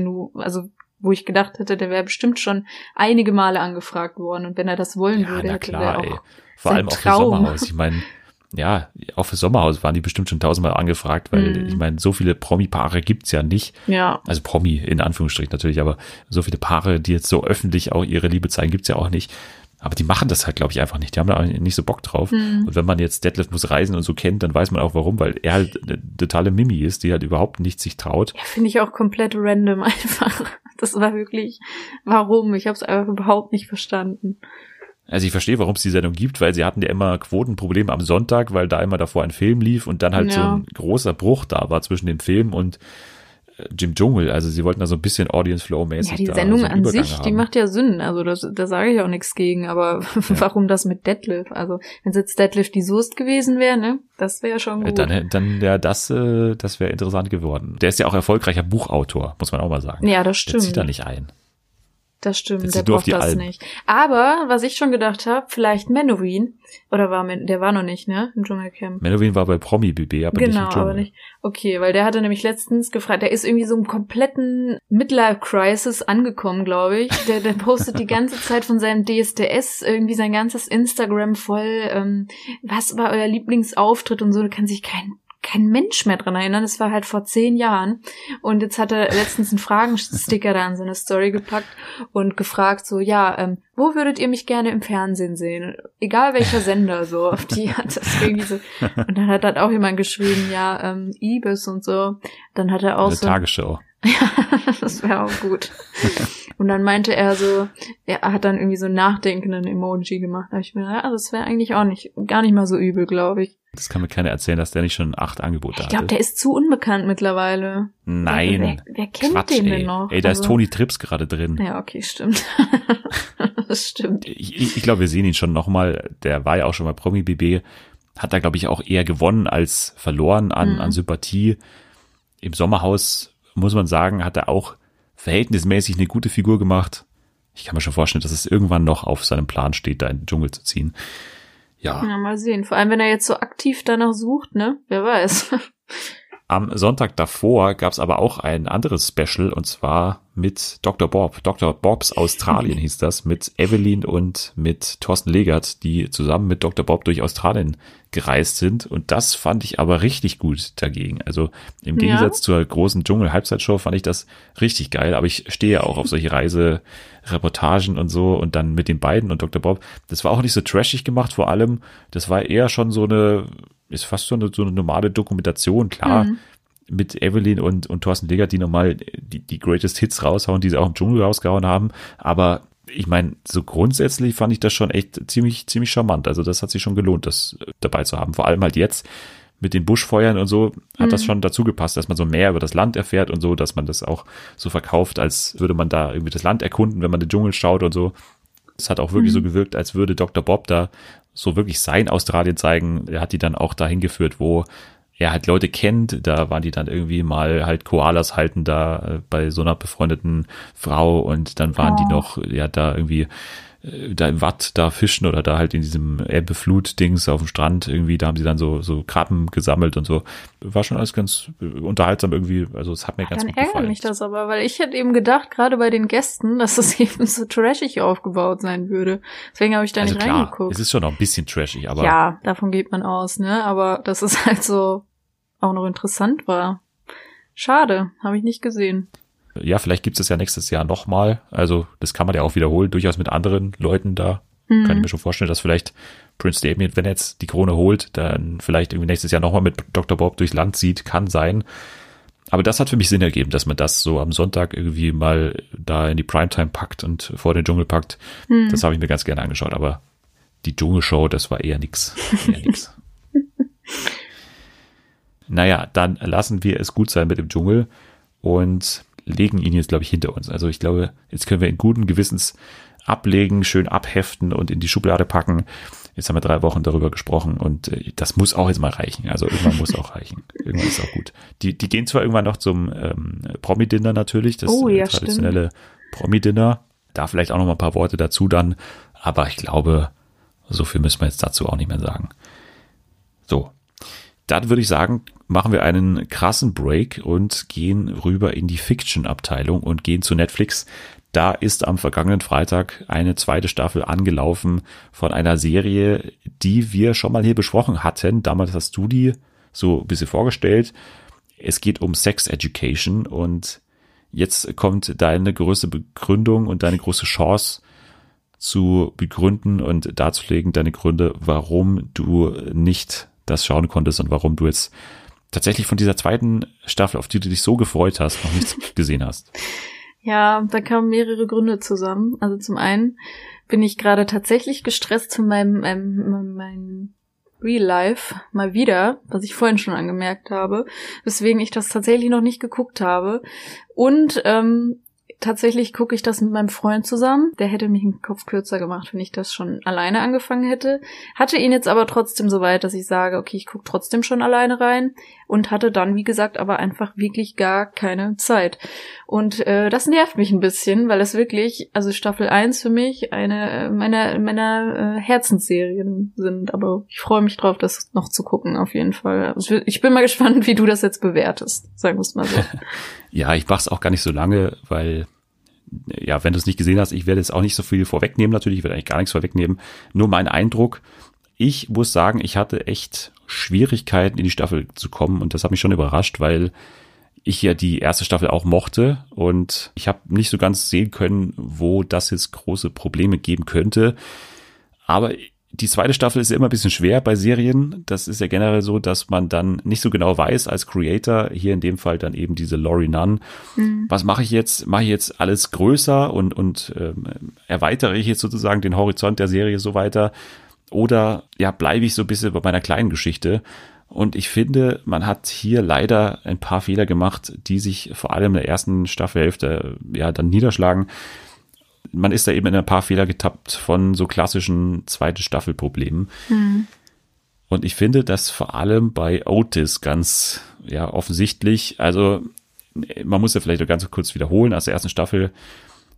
wo ich gedacht hätte, der wäre bestimmt schon einige Male angefragt worden. Und wenn er das wollen würde, hätte er auch vor allem auch für Sommerhaus. Ich meine, ja, auch für Sommerhaus waren die bestimmt schon 1000-mal angefragt, weil ich meine, so viele Promi-Paare gibt's ja nicht. Ja. Also Promi in Anführungsstrichen natürlich, aber so viele Paare, die jetzt so öffentlich auch ihre Liebe zeigen, gibt's ja auch nicht. Aber die machen das halt, glaube ich, einfach nicht. Die haben da auch nicht so Bock drauf. Und wenn man jetzt Detlef muss reisen und so kennt, dann weiß man auch warum, weil er halt eine totale Mimi ist, die halt überhaupt nicht sich traut. Ja, finde ich auch komplett random einfach. Das war wirklich, warum? Ich habe es einfach überhaupt nicht verstanden. Also ich verstehe, warum es die Sendung gibt, weil sie hatten ja immer Quotenprobleme am Sonntag, weil da immer davor ein Film lief und dann halt so ein großer Bruch da war zwischen dem Film und Jim Dschungel. Also sie wollten da so ein bisschen Audience Flow-mäßig. Ja, die Sendung so an sich, die macht ja Sinn. Also da sage ich auch nichts gegen. Aber warum das mit Detlef? Also wenn es jetzt Detlef die Soest gewesen wäre, ne, das wäre ja schon gut. Dann ja, das wäre interessant geworden. Der ist ja auch erfolgreicher Buchautor, muss man auch mal sagen. Ja, das stimmt. Der zieht da nicht ein. Das stimmt, der braucht das nicht. Aber, was ich schon gedacht habe, vielleicht Menowin, oder der war noch nicht, ne, im Dschungelcamp. Menowin war bei Promi BB, aber nicht im Dschungel. Genau, aber nicht. Okay, weil der hatte nämlich letztens gefragt, der ist irgendwie so im kompletten Midlife-Crisis angekommen, glaube ich. Der postet die ganze Zeit von seinem DSDS, irgendwie sein ganzes Instagram voll, was war euer Lieblingsauftritt und so, da kann sich kein Mensch mehr dran erinnern. Das war halt vor 10 Jahren. Und jetzt hat er letztens einen Fragensticker da in seine Story gepackt und gefragt so, wo würdet ihr mich gerne im Fernsehen sehen? Egal welcher Sender, so. Auf die hat das irgendwie so. Und dann hat auch jemand geschrieben, Ibis und so. Dann hat er auch eine Tagesschau. Ja, das wäre auch gut. Und dann meinte er so, er hat dann irgendwie so einen nachdenkenden Emoji gemacht. Da hab ich mir gedacht, das wäre eigentlich auch gar nicht mal so übel, glaube ich. Das kann mir keiner erzählen, dass der nicht schon 8 Angebote hat. Ich glaube, der ist zu unbekannt mittlerweile. Nein. Wer kennt Quatsch, den denn noch? Ey, da ist Toni Trips gerade drin. Ja, okay, stimmt. Das stimmt. Ich glaube, wir sehen ihn schon nochmal. Der war ja auch schon mal Promi BB. Hat da, glaube ich, auch eher gewonnen als verloren an Sympathie. Im Sommerhaus, muss man sagen, hat er auch verhältnismäßig eine gute Figur gemacht. Ich kann mir schon vorstellen, dass es irgendwann noch auf seinem Plan steht, da in den Dschungel zu ziehen. Ja, mal sehen. Vor allem, wenn er jetzt so aktiv danach sucht, ne? Wer weiß. Am Sonntag davor gab es aber auch ein anderes Special, und zwar mit Dr. Bob. Dr. Bobs Australien hieß das, mit Evelyn und mit Thorsten Legert, die zusammen mit Dr. Bob durch Australien gereist sind. Und das fand ich aber richtig gut dagegen. Also im Gegensatz zur großen Dschungel-Halbzeitshow fand ich das richtig geil. Aber ich stehe ja auch auf solche Reisereportagen und so, und dann mit den beiden und Dr. Bob. Das war auch nicht so trashig gemacht, vor allem. Das war eher schon ist fast so eine normale Dokumentation, klar, mit Evelyn und Thorsten Legert, die nochmal die Greatest Hits raushauen, die sie auch im Dschungel rausgehauen haben. Aber ich meine, so grundsätzlich fand ich das schon echt ziemlich charmant. Also das hat sich schon gelohnt, das dabei zu haben. Vor allem halt jetzt mit den Buschfeuern und so hat das schon dazu gepasst, dass man so mehr über das Land erfährt und so, dass man das auch so verkauft, als würde man da irgendwie das Land erkunden, wenn man den Dschungel schaut und so. Es hat auch wirklich so gewirkt, als würde Dr. Bob da so wirklich sein Australien zeigen. Er hat die dann auch dahin geführt, wo er halt Leute kennt. Da waren die dann irgendwie mal halt Koalas halten da bei so einer befreundeten Frau, und dann waren die noch da irgendwie da im Watt da fischen oder da halt in diesem Ebbe-Flut-Dings auf dem Strand irgendwie, da haben sie dann so Krabben gesammelt und so. War schon alles ganz unterhaltsam irgendwie, also es hat mir ganz gut gefallen. Dann ärgert mich das aber, weil ich hätte eben gedacht, gerade bei den Gästen, dass es eben so trashig aufgebaut sein würde. Deswegen habe ich da nicht reingeguckt. Es ist schon noch ein bisschen trashig, aber... Ja, davon geht man aus, ne? Aber dass es halt so auch noch interessant war. Schade, habe ich nicht gesehen. Ja, vielleicht gibt es ja nächstes Jahr nochmal. Also das kann man ja auch wiederholen, durchaus mit anderen Leuten da. Kann ich mir schon vorstellen, dass vielleicht Prince Damien, wenn er jetzt die Krone holt, dann vielleicht irgendwie nächstes Jahr nochmal mit Dr. Bob durchs Land zieht, kann sein. Aber das hat für mich Sinn ergeben, dass man das so am Sonntag irgendwie mal da in die Primetime packt und vor den Dschungel packt. Das habe ich mir ganz gerne angeschaut. Aber die Dschungelshow, das war eher nix. Naja, dann lassen wir es gut sein mit dem Dschungel und legen ihn jetzt, glaube ich, hinter uns. Also ich glaube, jetzt können wir in guten Gewissens ablegen, schön abheften und in die Schublade packen. Jetzt haben wir 3 Wochen darüber gesprochen, und das muss auch jetzt mal reichen. Also irgendwann muss auch reichen. Irgendwann ist auch gut. Die gehen zwar irgendwann noch zum Promi-Dinner natürlich, das traditionelle Promi-Dinner. Da vielleicht auch noch mal ein paar Worte dazu dann. Aber ich glaube, so viel müssen wir jetzt dazu auch nicht mehr sagen. So. Dann würde ich sagen, machen wir einen krassen Break und gehen rüber in die Fiction-Abteilung und gehen zu Netflix. Da ist am vergangenen Freitag eine 2. Staffel angelaufen von einer Serie, die wir schon mal hier besprochen hatten. Damals hast du die so ein bisschen vorgestellt. Es geht um Sex Education, und jetzt kommt deine größte Begründung und deine große Chance zu begründen und darzulegen, deine Gründe, warum du nicht das schauen konntest und warum du jetzt tatsächlich von dieser 2. Staffel, auf die du dich so gefreut hast, noch nichts gesehen hast. Ja, da kamen mehrere Gründe zusammen. Also zum einen bin ich gerade tatsächlich gestresst von meinem Real Life mal wieder, was ich vorhin schon angemerkt habe, weswegen ich das tatsächlich noch nicht geguckt habe. Und tatsächlich gucke ich das mit meinem Freund zusammen. Der hätte mich einen Kopf kürzer gemacht, wenn ich das schon alleine angefangen hätte. Hatte ihn jetzt aber trotzdem so weit, dass ich sage, okay, ich gucke trotzdem schon alleine rein. Und hatte dann, wie gesagt, aber einfach wirklich gar keine Zeit. Und das nervt mich ein bisschen, weil es wirklich, also Staffel 1 für mich eine meiner Herzensserien sind. Aber ich freue mich drauf, das noch zu gucken, auf jeden Fall. Ich bin mal gespannt, wie du das jetzt bewertest, sagen wir es mal so. Ja, ich mach's auch gar nicht so lange, weil, ja, wenn du es nicht gesehen hast, ich werde jetzt auch nicht so viel vorwegnehmen natürlich, ich werde eigentlich gar nichts vorwegnehmen. Nur mein Eindruck, ich muss sagen, ich hatte echt Schwierigkeiten, in die Staffel zu kommen, und das hat mich schon überrascht, weil ich ja die erste Staffel auch mochte, und ich habe nicht so ganz sehen können, wo das jetzt große Probleme geben könnte. Aber die 2. Staffel ist ja immer ein bisschen schwer bei Serien. Das ist ja generell so, dass man dann nicht so genau weiß als Creator, hier in dem Fall dann eben diese Laurie Nunn. Was mache ich jetzt? Mache ich jetzt alles größer und erweitere ich jetzt sozusagen den Horizont der Serie so weiter? Oder ja, bleibe ich so ein bisschen bei meiner kleinen Geschichte? Und ich finde, man hat hier leider ein paar Fehler gemacht, die sich vor allem in der ersten Staffelhälfte ja dann niederschlagen. Man ist da eben in ein paar Fehler getappt von so klassischen 2. Staffelproblemen. Und ich finde das vor allem bei Otis ganz offensichtlich. Also man muss ja vielleicht noch ganz kurz wiederholen. Aus der ersten Staffel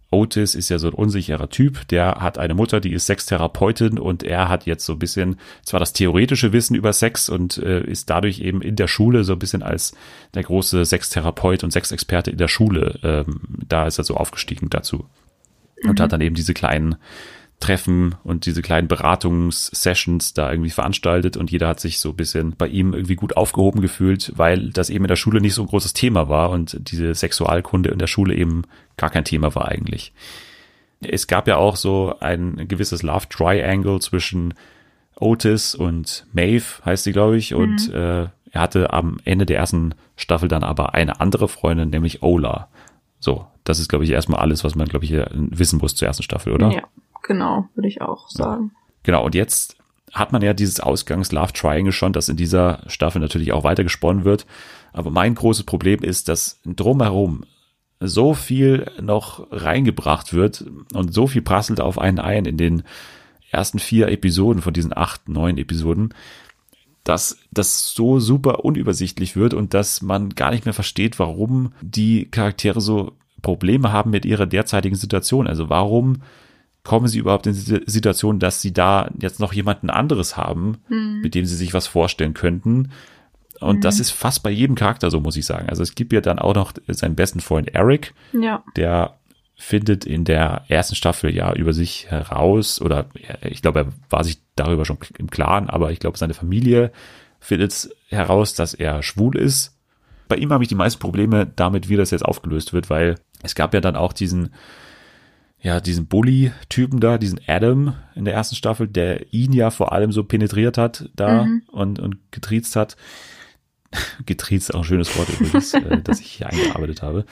Otis ist ja so ein unsicherer Typ, der hat eine Mutter, die ist Sextherapeutin und er hat jetzt so ein bisschen zwar das theoretische Wissen über Sex und ist dadurch eben in der Schule so ein bisschen als der große Sextherapeut und Sexexperte in der Schule. Da ist er so aufgestiegen dazu und hat dann eben diese kleinen Treffen und diese kleinen Beratungssessions da irgendwie veranstaltet und jeder hat sich so ein bisschen bei ihm irgendwie gut aufgehoben gefühlt, weil das eben in der Schule nicht so ein großes Thema war und diese Sexualkunde in der Schule eben gar kein Thema war eigentlich. Es gab ja auch so ein gewisses Love Triangle zwischen Otis und Maeve, heißt sie, glaube ich, und er hatte am Ende der ersten Staffel dann aber eine andere Freundin, nämlich Ola. So, das ist, glaube ich, erstmal alles, was man, glaube ich, wissen muss zur ersten Staffel, oder? Ja. Genau, würde ich auch sagen. Genau, und jetzt hat man ja dieses Ausgangs-Love-Triangle schon, das in dieser Staffel natürlich auch weiter gesponnen wird. Aber mein großes Problem ist, dass drumherum so viel noch reingebracht wird und so viel prasselt auf einen ein in den ersten 4 Episoden von diesen 8, 9 Episoden, dass das so super unübersichtlich wird und dass man gar nicht mehr versteht, warum die Charaktere so Probleme haben mit ihrer derzeitigen Situation. Also warum kommen sie überhaupt in die Situation, dass sie da jetzt noch jemanden anderes haben, mit dem sie sich was vorstellen könnten. Und das ist fast bei jedem Charakter so, muss ich sagen. Also es gibt ja dann auch noch seinen besten Freund Eric, der findet in der ersten Staffel ja über sich heraus, oder ich glaube, er war sich darüber schon im Klaren, aber ich glaube, seine Familie findet heraus, dass er schwul ist. Bei ihm habe ich die meisten Probleme damit, wie das jetzt aufgelöst wird, weil es gab ja dann auch diesen Bully-Typen da, diesen Adam in der ersten Staffel, der ihn ja vor allem so penetriert hat da und getriezt hat. Getriezt, auch ein schönes Wort übrigens, das ich hier eingearbeitet habe.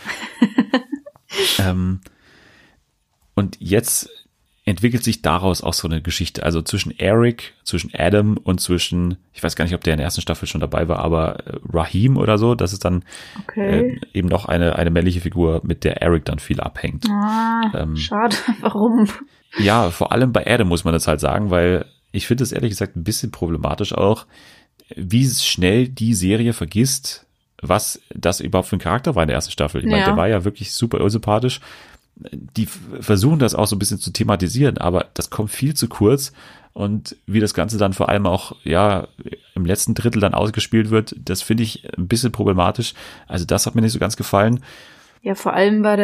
Und jetzt entwickelt sich daraus auch so eine Geschichte, also zwischen Eric, zwischen Adam und zwischen, ich weiß gar nicht, ob der in der ersten Staffel schon dabei war, aber Raheem oder so, das ist dann eben noch eine männliche Figur, mit der Eric dann viel abhängt. Schade, warum? Ja, vor allem bei Adam muss man das halt sagen, weil ich finde es ehrlich gesagt ein bisschen problematisch auch, wie schnell die Serie vergisst, was das überhaupt für ein Charakter war in der ersten Staffel. Ich meine, der war ja wirklich super unsympathisch. Die versuchen das auch so ein bisschen zu thematisieren, aber das kommt viel zu kurz und wie das Ganze dann vor allem auch im letzten Drittel dann ausgespielt wird, das finde ich ein bisschen problematisch. Also das hat mir nicht so ganz gefallen. Ja, vor allem war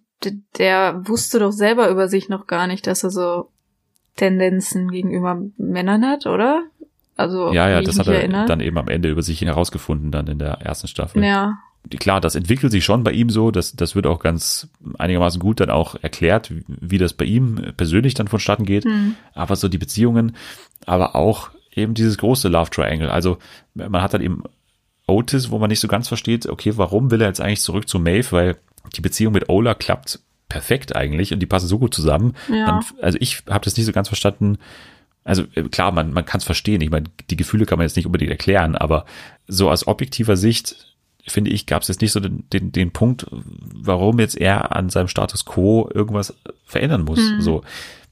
der wusste doch selber über sich noch gar nicht, dass er so Tendenzen gegenüber Männern hat, oder? Also ja, das hat er dann eben am Ende über sich herausgefunden dann in der ersten Staffel. Ja. Klar, das entwickelt sich schon bei ihm so, das wird auch ganz einigermaßen gut dann auch erklärt, wie das bei ihm persönlich dann vonstatten geht, aber so die Beziehungen, aber auch eben dieses große Love Triangle, also man hat dann eben Otis, wo man nicht so ganz versteht, okay, warum will er jetzt eigentlich zurück zu Maeve, weil die Beziehung mit Ola klappt perfekt eigentlich und die passen so gut zusammen. Ja. Also ich habe das nicht so ganz verstanden. Also klar, man kann es verstehen, ich meine, die Gefühle kann man jetzt nicht unbedingt erklären, aber so aus objektiver Sicht finde ich, gab es jetzt nicht so den Punkt, warum jetzt er an seinem Status quo irgendwas verändern muss. So,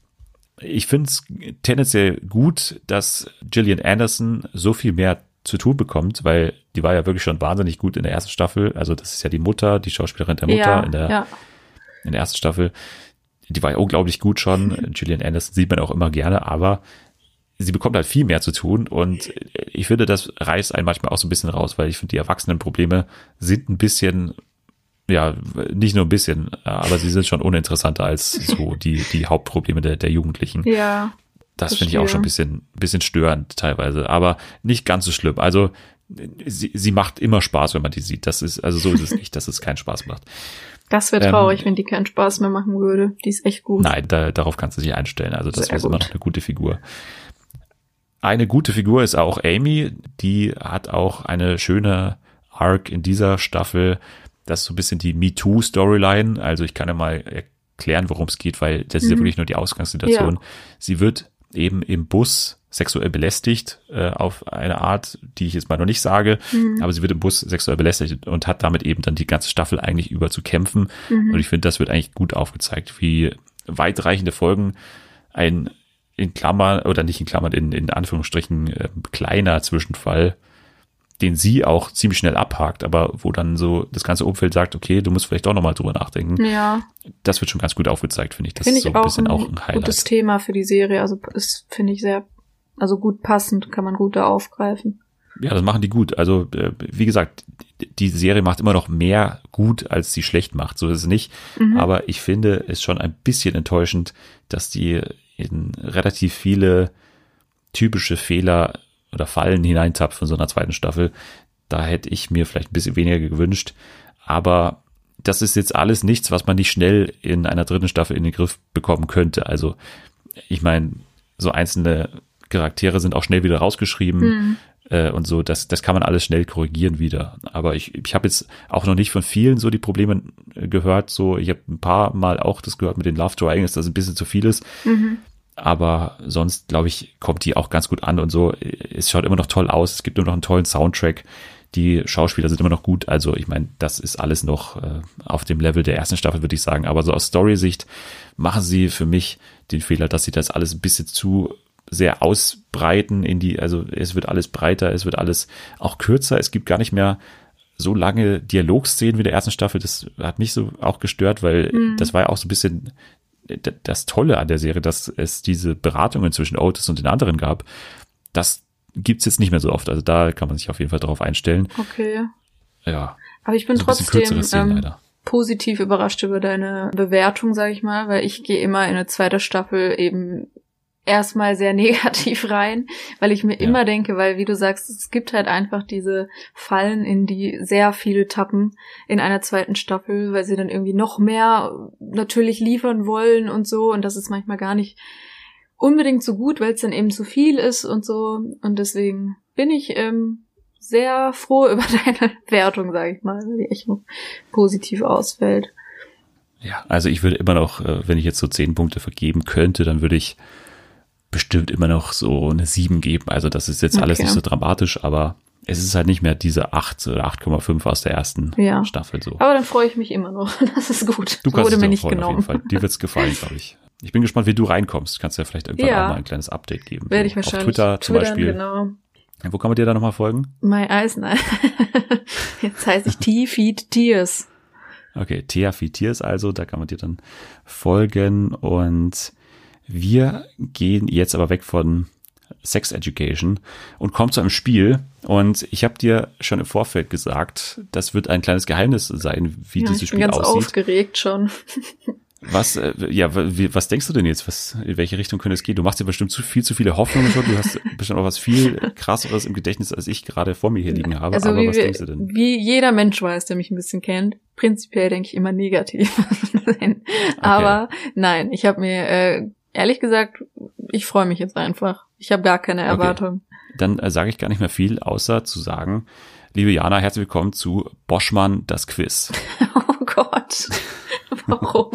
ich finde es tendenziell gut, dass Gillian Anderson so viel mehr zu tun bekommt, weil die war ja wirklich schon wahnsinnig gut in der ersten Staffel. Also das ist ja die Mutter, die Schauspielerin der Mutter in der ersten Staffel. Die war ja unglaublich gut schon. Gillian Anderson sieht man auch immer gerne, aber sie bekommt halt viel mehr zu tun und ich finde, das reißt einen manchmal auch so ein bisschen raus, weil ich finde, die Erwachsenenprobleme sind ein bisschen, ja, nicht nur ein bisschen, aber sie sind schon uninteressanter als so die Hauptprobleme der Jugendlichen. Ja. Das finde ich auch schon ein bisschen störend teilweise, aber nicht ganz so schlimm. Also sie macht immer Spaß, wenn man die sieht. Das ist, also so ist es nicht, dass es keinen Spaß macht. Das wäre traurig, wenn die keinen Spaß mehr machen würde. Die ist echt gut. Nein, darauf kannst du dich einstellen. Also das ist immer noch eine gute Figur. Eine gute Figur ist auch Amy. Die hat auch eine schöne Arc in dieser Staffel. Das ist so ein bisschen die MeToo-Storyline. Also ich kann ja mal erklären, worum es geht, weil das ist ja wirklich nur die Ausgangssituation. Ja. Sie wird eben im Bus sexuell belästigt, auf eine Art, die ich jetzt mal noch nicht sage, aber sie wird im Bus sexuell belästigt und hat damit eben dann die ganze Staffel eigentlich über zu kämpfen. Und ich finde, das wird eigentlich gut aufgezeigt, wie weitreichende Folgen ein in Klammern, oder nicht in Klammern, in Anführungsstrichen kleiner Zwischenfall den sie auch ziemlich schnell abhakt, aber wo dann so das ganze Umfeld sagt, okay, du musst vielleicht doch nochmal drüber nachdenken. Ja. Das wird schon ganz gut aufgezeigt, finde ich. Das Finde ist so ich ein auch bisschen auch ein ein Highlight. gutes Thema für die Serie. Also ist, finde ich, sehr, also gut passend, kann man gut da aufgreifen. Ja, das machen die gut. Also, wie gesagt, die Serie macht immer noch mehr gut, als sie schlecht macht. So ist es nicht. Aber ich finde es schon ein bisschen enttäuschend, dass die in relativ viele typische Fehler oder Fallen hineintapfen in so einer zweiten Staffel. Da hätte ich mir vielleicht ein bisschen weniger gewünscht. Aber das ist jetzt alles nichts, was man nicht schnell in einer dritten Staffel in den Griff bekommen könnte. Also, ich meine, so einzelne Charaktere sind auch schnell wieder rausgeschrieben. Und so, das kann man alles schnell korrigieren wieder. Aber ich habe jetzt auch noch nicht von vielen so die Probleme gehört. So, ich habe ein paar Mal auch das gehört mit den Love Triangles, dass es ein bisschen zu viel ist. Aber sonst, glaube ich, kommt die auch ganz gut an und so. Es schaut immer noch toll aus. Es gibt immer noch einen tollen Soundtrack. Die Schauspieler sind immer noch gut. Also ich meine, das ist alles noch auf dem Level der ersten Staffel, würde ich sagen. Aber so aus Story-Sicht machen sie für mich den Fehler, dass sie das alles ein bisschen zu sehr ausbreiten also es wird alles breiter, es wird alles auch kürzer, es gibt gar nicht mehr so lange Dialogszenen wie in der ersten Staffel, das hat mich so auch gestört, weil das war ja auch so ein bisschen das Tolle an der Serie, dass es diese Beratungen zwischen Otis und den anderen gab. Das gibt's jetzt nicht mehr so oft, also da kann man sich auf jeden Fall drauf einstellen. Okay. Ja. Aber ich bin so ein bisschen kürzere Szenen trotzdem leider. positiv überrascht über deine Bewertung, sage ich mal, weil ich gehe immer in eine zweite Staffel eben erstmal sehr negativ rein, weil ich mir immer denke, weil wie du sagst, es gibt halt einfach diese Fallen, in die sehr viele tappen in einer zweiten Staffel, weil sie dann irgendwie noch mehr natürlich liefern wollen und so, und das ist manchmal gar nicht unbedingt so gut, weil es dann eben zu viel ist und so, und deswegen bin ich sehr froh über deine Wertung, sage ich mal, weil die echt noch positiv ausfällt. Ja, also ich würde immer noch, wenn ich jetzt so 10 Punkte vergeben könnte, dann würde ich bestimmt immer noch so eine 7 geben. Also das ist jetzt alles nicht so dramatisch, aber es ist halt nicht mehr diese 8 oder 8,5 aus der ersten Staffel so. Aber dann freue ich mich immer noch. Das ist gut. Du kannst Wurde es mir dir nicht freuen, genommen. auf jeden Fall. Dir wird's gefallen, glaube ich. Ich bin gespannt, wie du reinkommst. Kannst ja vielleicht irgendwann auch mal ein kleines Update geben. Werde ich wahrscheinlich. Auf Twitter zum Beispiel. Genau. Wo kann man dir da nochmal folgen? My Eyes, nein. Jetzt heiße ich Feed Tears. Okay, Thea Feed Tears also, da kann man dir dann folgen, und wir gehen jetzt aber weg von Sex Education und kommen zu einem Spiel, und ich habe dir schon im Vorfeld gesagt, das wird ein kleines Geheimnis sein, wie dieses Spiel aussieht. Ich bin ganz aufgeregt schon. Was denkst du denn jetzt? In welche Richtung könnte es gehen? Du machst dir bestimmt viel zu viele Hoffnungen schon. Du hast bestimmt auch was viel krasseres im Gedächtnis, als ich gerade vor mir hier liegen habe. Also aber was denkst du denn? Wie jeder Mensch weiß, der mich ein bisschen kennt, prinzipiell denke ich immer negativ. Aber nein, ich habe mir ehrlich gesagt, ich freue mich jetzt einfach. Ich habe gar keine Erwartung. Okay. Dann sage ich gar nicht mehr viel, außer zu sagen, liebe Jana, herzlich willkommen zu Boschmann, das Quiz. Oh Gott. Warum?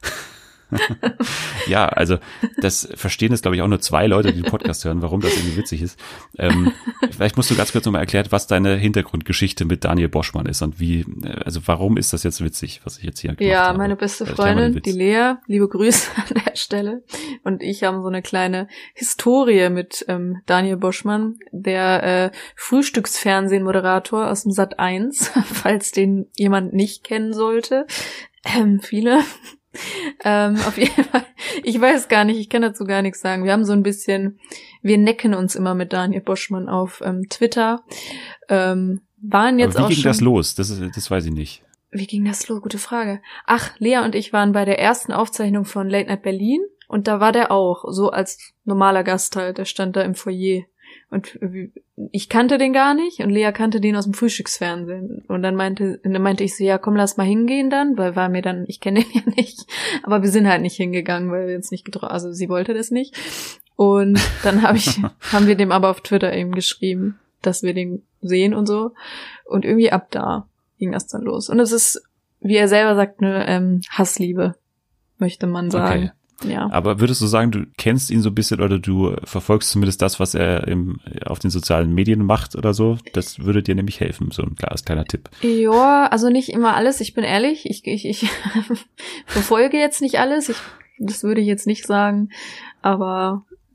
Ja, also das verstehen jetzt, glaube ich, auch nur 2 Leute, die den Podcast hören, warum das irgendwie witzig ist. Vielleicht musst du ganz kurz nochmal erklären, was deine Hintergrundgeschichte mit Daniel Boschmann ist und warum ist das jetzt witzig, was ich jetzt hier gemacht habe? Ja, meine beste Freundin, die Lea, liebe Grüße an der Stelle, und ich haben so eine kleine Historie mit Daniel Boschmann, der Frühstücksfernsehen-Moderator aus dem Sat.1, falls den jemand nicht kennen sollte. Viele. Auf jeden Fall, ich weiß gar nicht, ich kann dazu gar nichts sagen. Wir haben so ein bisschen, wir necken uns immer mit Daniel Boschmann auf Twitter. Waren jetzt Aber auch wie ging schon. das los? Das weiß ich nicht. Wie ging das los? Gute Frage. Ach, Lea und ich waren bei der ersten Aufzeichnung von Late Night Berlin, und da war der auch, so als normaler Gast halt, der stand da im Foyer. Und ich kannte den gar nicht, und Lea kannte den aus dem Frühstücksfernsehen. Und dann meinte ich so, ja komm, lass mal hingehen dann, weil ich kenne den ja nicht. Aber wir sind halt nicht hingegangen, weil wir uns nicht also sie wollte das nicht. Und dann haben wir dem aber auf Twitter eben geschrieben, dass wir den sehen und so. Und irgendwie ab da ging das dann los. Und es ist, wie er selber sagt, eine Hassliebe, möchte man sagen. Okay. Ja. Aber würdest du sagen, du kennst ihn so ein bisschen, oder du verfolgst zumindest das, was er auf den sozialen Medien macht oder so? Das würde dir nämlich helfen, so als kleiner Tipp. Ja, also nicht immer alles, ich bin ehrlich, ich verfolge jetzt nicht alles, das würde ich jetzt nicht sagen, aber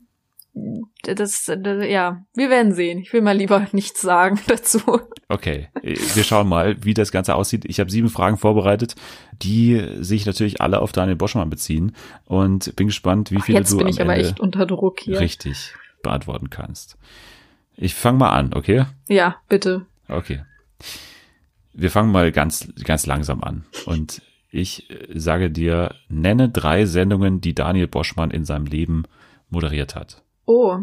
ja, wir werden sehen. Ich will mal lieber nichts sagen dazu. Okay, wir schauen mal, wie das Ganze aussieht. Ich habe 7 Fragen vorbereitet, die sich natürlich alle auf Daniel Boschmann beziehen und bin gespannt, wie viele Jetzt du bin am ich aber Ende echt unter Druck hier. richtig beantworten kannst. Ich fange mal an, okay? Ja, bitte. Okay. Wir fangen mal ganz langsam an und ich sage dir, nenne 3 Sendungen, die Daniel Boschmann in seinem Leben moderiert hat. Oh,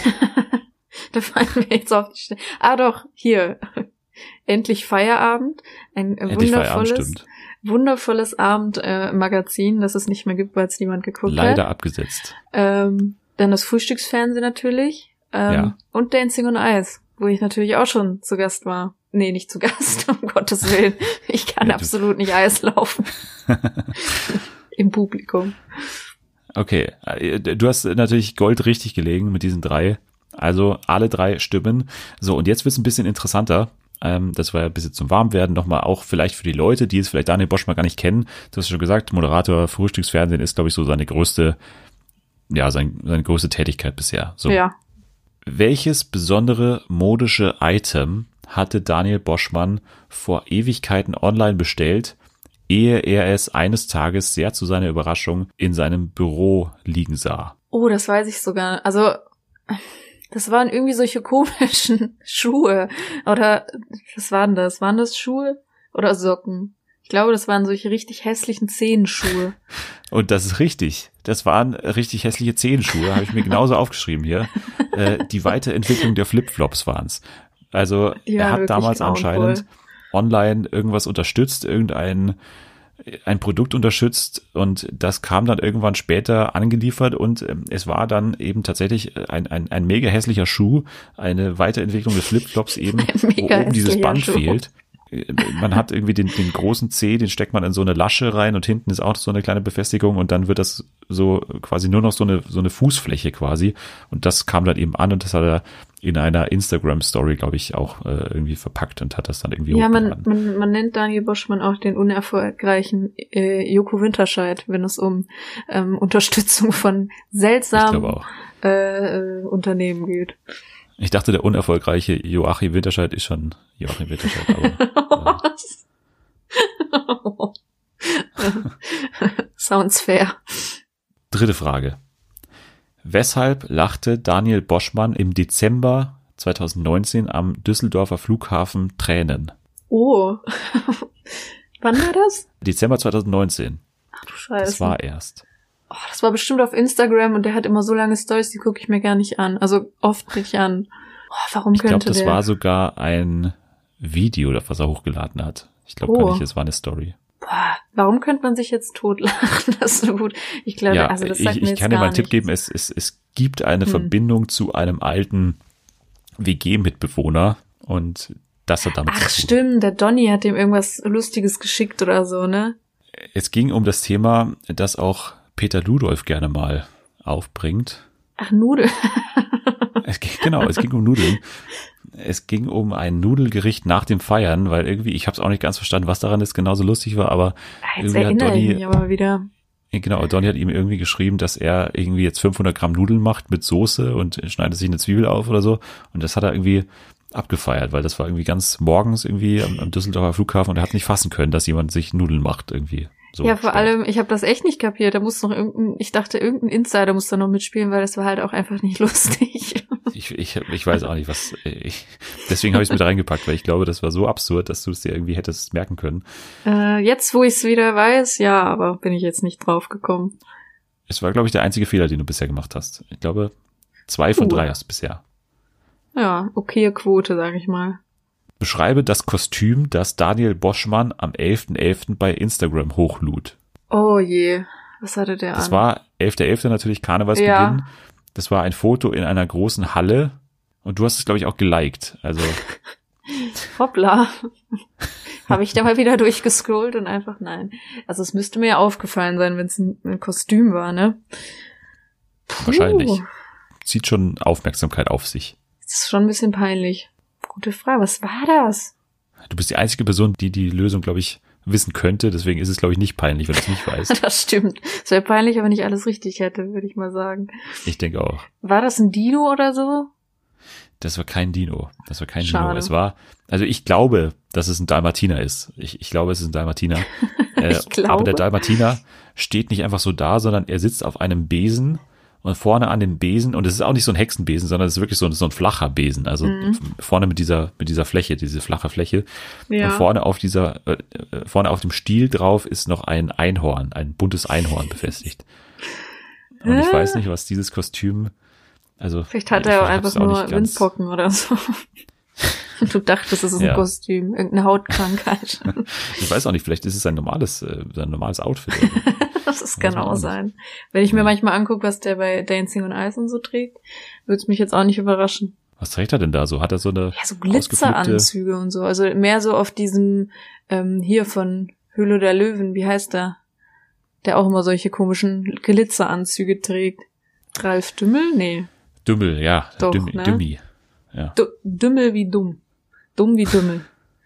da fallen mir jetzt auf die Stelle. Ah doch, hier. Endlich Feierabend. Ein Endlich Feierabend, stimmt. wundervolles Abendmagazin, das es nicht mehr gibt, weil es niemand geguckt Leider hat. abgesetzt. Dann das Frühstücksfernsehen natürlich. Ja. Und Dancing on Ice, wo ich natürlich auch schon zu Gast war. Nee, nicht zu Gast, um Gottes Willen. Ich kann Ja, absolut nicht Eis laufen. Im Publikum. Okay, du hast natürlich Gold richtig gelegen mit diesen 3. Also alle 3 stimmen. So, und jetzt wird's ein bisschen interessanter. Das war ja ein bisschen zum Warmwerden nochmal, auch vielleicht für die Leute, die es vielleicht Daniel Boschmann gar nicht kennen. Du hast schon gesagt, Moderator Frühstücksfernsehen ist, glaube ich, so seine größte Tätigkeit bisher. So. Ja. Welches besondere modische Item hatte Daniel Boschmann vor Ewigkeiten online bestellt, ehe er es eines Tages sehr zu seiner Überraschung in seinem Büro liegen sah? Oh, das weiß ich sogar. Also, das waren irgendwie solche komischen Schuhe. Oder, was waren das? Waren das Schuhe oder Socken? Ich glaube, das waren solche richtig hässlichen Zehenschuhe. Und das ist richtig. Das waren richtig hässliche Zehenschuhe, habe ich mir genauso aufgeschrieben hier. Die Weiterentwicklung der Flipflops waren's. Also er hat damals anscheinend online irgendwas unterstützt, ein Produkt unterstützt und das kam dann irgendwann später angeliefert und es war dann eben tatsächlich ein mega hässlicher Schuh, eine Weiterentwicklung des Flipflops eben, wo oben dieses Band fehlt. Man hat irgendwie den großen Zeh, den steckt man in so eine Lasche rein und hinten ist auch so eine kleine Befestigung und dann wird das so quasi nur noch so eine Fußfläche quasi und das kam dann eben an und das hat er in einer Instagram-Story, glaube ich, auch irgendwie verpackt und hat das dann irgendwie hochgeladen. Man nennt Daniel Boschmann auch den unerfolgreichen Joko Winterscheid, wenn es um Unterstützung von seltsamen Unternehmen geht. Ich dachte, der unerfolgreiche Joachim Winterscheid ist schon Joachim Winterscheid, aber Sounds fair. 3. Frage. Weshalb lachte Daniel Boschmann im Dezember 2019 am Düsseldorfer Flughafen Tränen? Oh. Wann war das? Dezember 2019. Ach du Scheiße. Das war erst. Oh, das war bestimmt auf Instagram und der hat immer so lange Storys, die gucke ich mir gar nicht an. Also oft nicht an. Oh, warum könnte der? Ich glaube, das war sogar ein Video, was er hochgeladen hat. Ich glaube gar nicht, es war eine Story. Boah, warum könnte man sich jetzt totlachen? Das ist so gut. Ich glaube, ja, also das sagt mir jetzt ich kann dir mal einen Tipp nichts. geben. Es gibt eine Verbindung zu einem alten WG-Mitbewohner und das hat damit Ach zu tun. stimmt, der Donny hat dem irgendwas Lustiges geschickt oder so, ne? Es ging um das Thema, das auch Peter Ludolf gerne mal aufbringt. Ach, Nudeln. Es ging um Nudeln. Es ging um ein Nudelgericht nach dem Feiern, weil irgendwie, ich habe es auch nicht ganz verstanden, was daran jetzt genauso lustig war, aber Jetzt irgendwie hat erinnere ich Donny, mich aber wieder. genau, Donny hat ihm irgendwie geschrieben, dass er irgendwie jetzt 500 Gramm Nudeln macht mit Soße und schneidet sich eine Zwiebel auf oder so. Und das hat er irgendwie abgefeiert, weil das war irgendwie ganz morgens irgendwie am Düsseldorfer Flughafen und er hat nicht fassen können, dass jemand sich Nudeln macht irgendwie. So Ja, vor spät. allem, ich habe das echt nicht kapiert. Da muss noch ich dachte, irgendein Insider muss da noch mitspielen, weil das war halt auch einfach nicht lustig. Ich weiß auch nicht, deswegen habe ich es mit reingepackt, weil ich glaube, das war so absurd, dass du es dir irgendwie hättest merken können. Jetzt, wo ich es wieder weiß, ja, aber bin ich jetzt nicht drauf gekommen. Es war, glaube ich, der einzige Fehler, den du bisher gemacht hast. Ich glaube, 2 von 3 hast du bisher. Ja, okaye Quote, sag ich mal. Beschreibe das Kostüm, das Daniel Boschmann am 11.11. bei Instagram hochlud. Oh je, was hatte der Das an? war 11.11. natürlich Karnevalsbeginn. Ja. Das war ein Foto in einer großen Halle und du hast es, glaube ich, auch geliked. Also Hoppla. Habe ich da mal wieder durchgescrollt und einfach nein. Also es müsste mir ja aufgefallen sein, wenn es ein Kostüm war, ne? wahrscheinlich. Zieht schon Aufmerksamkeit auf sich. Das ist schon ein bisschen peinlich. Gute Frage, was war das? Du bist die einzige Person, die die Lösung, glaube ich, wissen könnte. Deswegen ist es, glaube ich, nicht peinlich, wenn du es nicht weißt. Das stimmt. Es wäre peinlich, wenn ich alles richtig hätte, würde ich mal sagen. Ich denke auch. War das ein Dino oder so? Das war kein Dino. Schade. Es war, also ich glaube, dass es ein Dalmatiner ist. Ich glaube, es ist ein Dalmatiner. Ich glaube. Aber der Dalmatiner steht nicht einfach so da, sondern er sitzt auf einem Besen und vorne an dem Besen, und es ist auch nicht so ein Hexenbesen, sondern es ist wirklich so ein flacher Besen. Also vorne mit dieser Fläche, diese flache Fläche. Ja. Und vorne auf dem Stiel drauf ist noch ein Einhorn, ein buntes Einhorn befestigt. Und ich weiß nicht, was dieses Kostüm, also. Vielleicht hat ich er auch hab's einfach nur nicht ganz- Windpocken oder so. Und du dachtest, es ist ein Ja. Kostüm, irgendeine Hautkrankheit. Ich weiß auch nicht, vielleicht ist es ein normales Outfit. Das kann Weiß man auch auch sein. Wenn ich mir manchmal angucke, was der bei Dancing on Ice und so trägt, würde es mich jetzt auch nicht überraschen. Was trägt er denn da so? Hat er so eine Ja, so ausgeflippte- Glitzeranzüge und so. Also mehr so auf diesem, hier von Höhle der Löwen, wie heißt der? Der auch immer solche komischen Glitzeranzüge trägt. Ralf Dümmel? Nee. Dümmel, ja. Doch, Dümmi. ne? Dümmi. Ja. Dümmel wie dumm. Dumm wie Dümmel.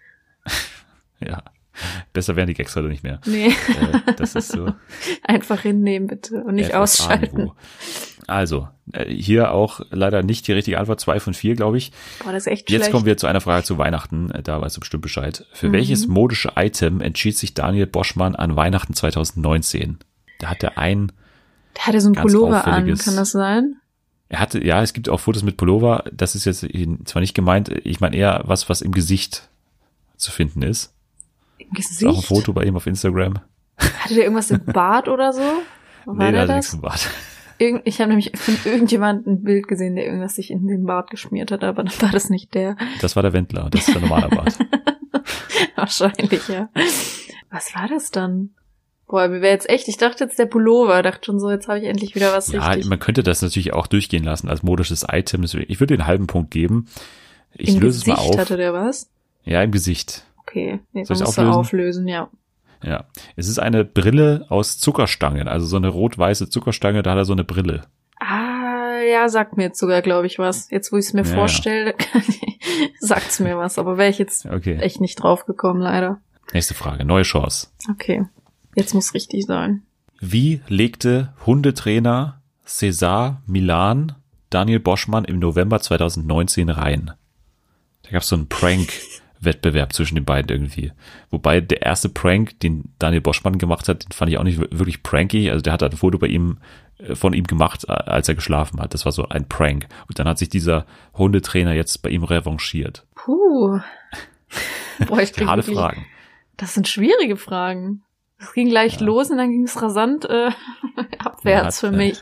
Ja. Besser wären die Gags heute nicht mehr. Nee, Das ist so. einfach hinnehmen bitte und nicht ausschalten. FSA-Niveau. Also, hier auch leider nicht die richtige Antwort. 2 von 4, glaube ich. Boah, das ist echt Jetzt schlecht. kommen wir zu einer Frage zu Weihnachten. Da weißt du bestimmt Bescheid. Für welches modische Item entschied sich Daniel Boschmann an Weihnachten 2019? Da hat er ein, Der hatte so ein ganz Pullover an, auffälliges- kann das sein? er hatte, ja, es gibt auch Fotos mit Pullover. Das ist jetzt zwar nicht gemeint, ich meine eher was im Gesicht zu finden ist. Im Ist auch ein Gesicht? Foto bei ihm auf Instagram. Hatte der irgendwas im Bart oder so? War Nee, der der hatte nichts das? im Bart. Ich habe nämlich von irgendjemandem ein Bild gesehen, der irgendwas sich in den Bart geschmiert hat, aber dann war das nicht der. Das war der Wendler. Das ist der normale Bart. Wahrscheinlich, ja. Was war das dann? Boah, mir wäre jetzt echt, ich dachte jetzt der Pullover, dachte schon so, jetzt habe ich endlich wieder was Ja, richtig. man könnte das natürlich auch durchgehen lassen als modisches Item. Deswegen, ich würde den halben Punkt geben. Ich Im löse es mal Gesicht auf. hatte der was? Ja, im Gesicht. Okay, nee, Soll dann ich's musst du auflösen? auflösen, ja. Ja. Es ist eine Brille aus Zuckerstangen. Also so eine rot-weiße Zuckerstange, da hat er so eine Brille. Ah, ja, sagt mir jetzt sogar, glaube ich, was. Jetzt, wo ich es mir Ja, vorstelle, sagt's mir was, aber wäre ich jetzt Okay. echt nicht drauf gekommen, leider. Nächste Frage. Neue Chance. Okay, jetzt muss richtig sein. Wie legte Hundetrainer César Milan Daniel Boschmann im November 2019 rein? Da gab es so einen Prank-Wettbewerb zwischen den beiden irgendwie. Wobei der erste Prank, den Daniel Boschmann gemacht hat, den fand ich auch nicht wirklich pranky. Also der hat ein Foto von ihm gemacht, als er geschlafen hat. Das war so ein Prank. Und dann hat sich dieser Hundetrainer jetzt bei ihm revanchiert. Puh. Boah, ich krieg Harte wirklich, Fragen. das sind schwierige Fragen. Es ging leicht los und dann ging es rasant abwärts Ja, für mich.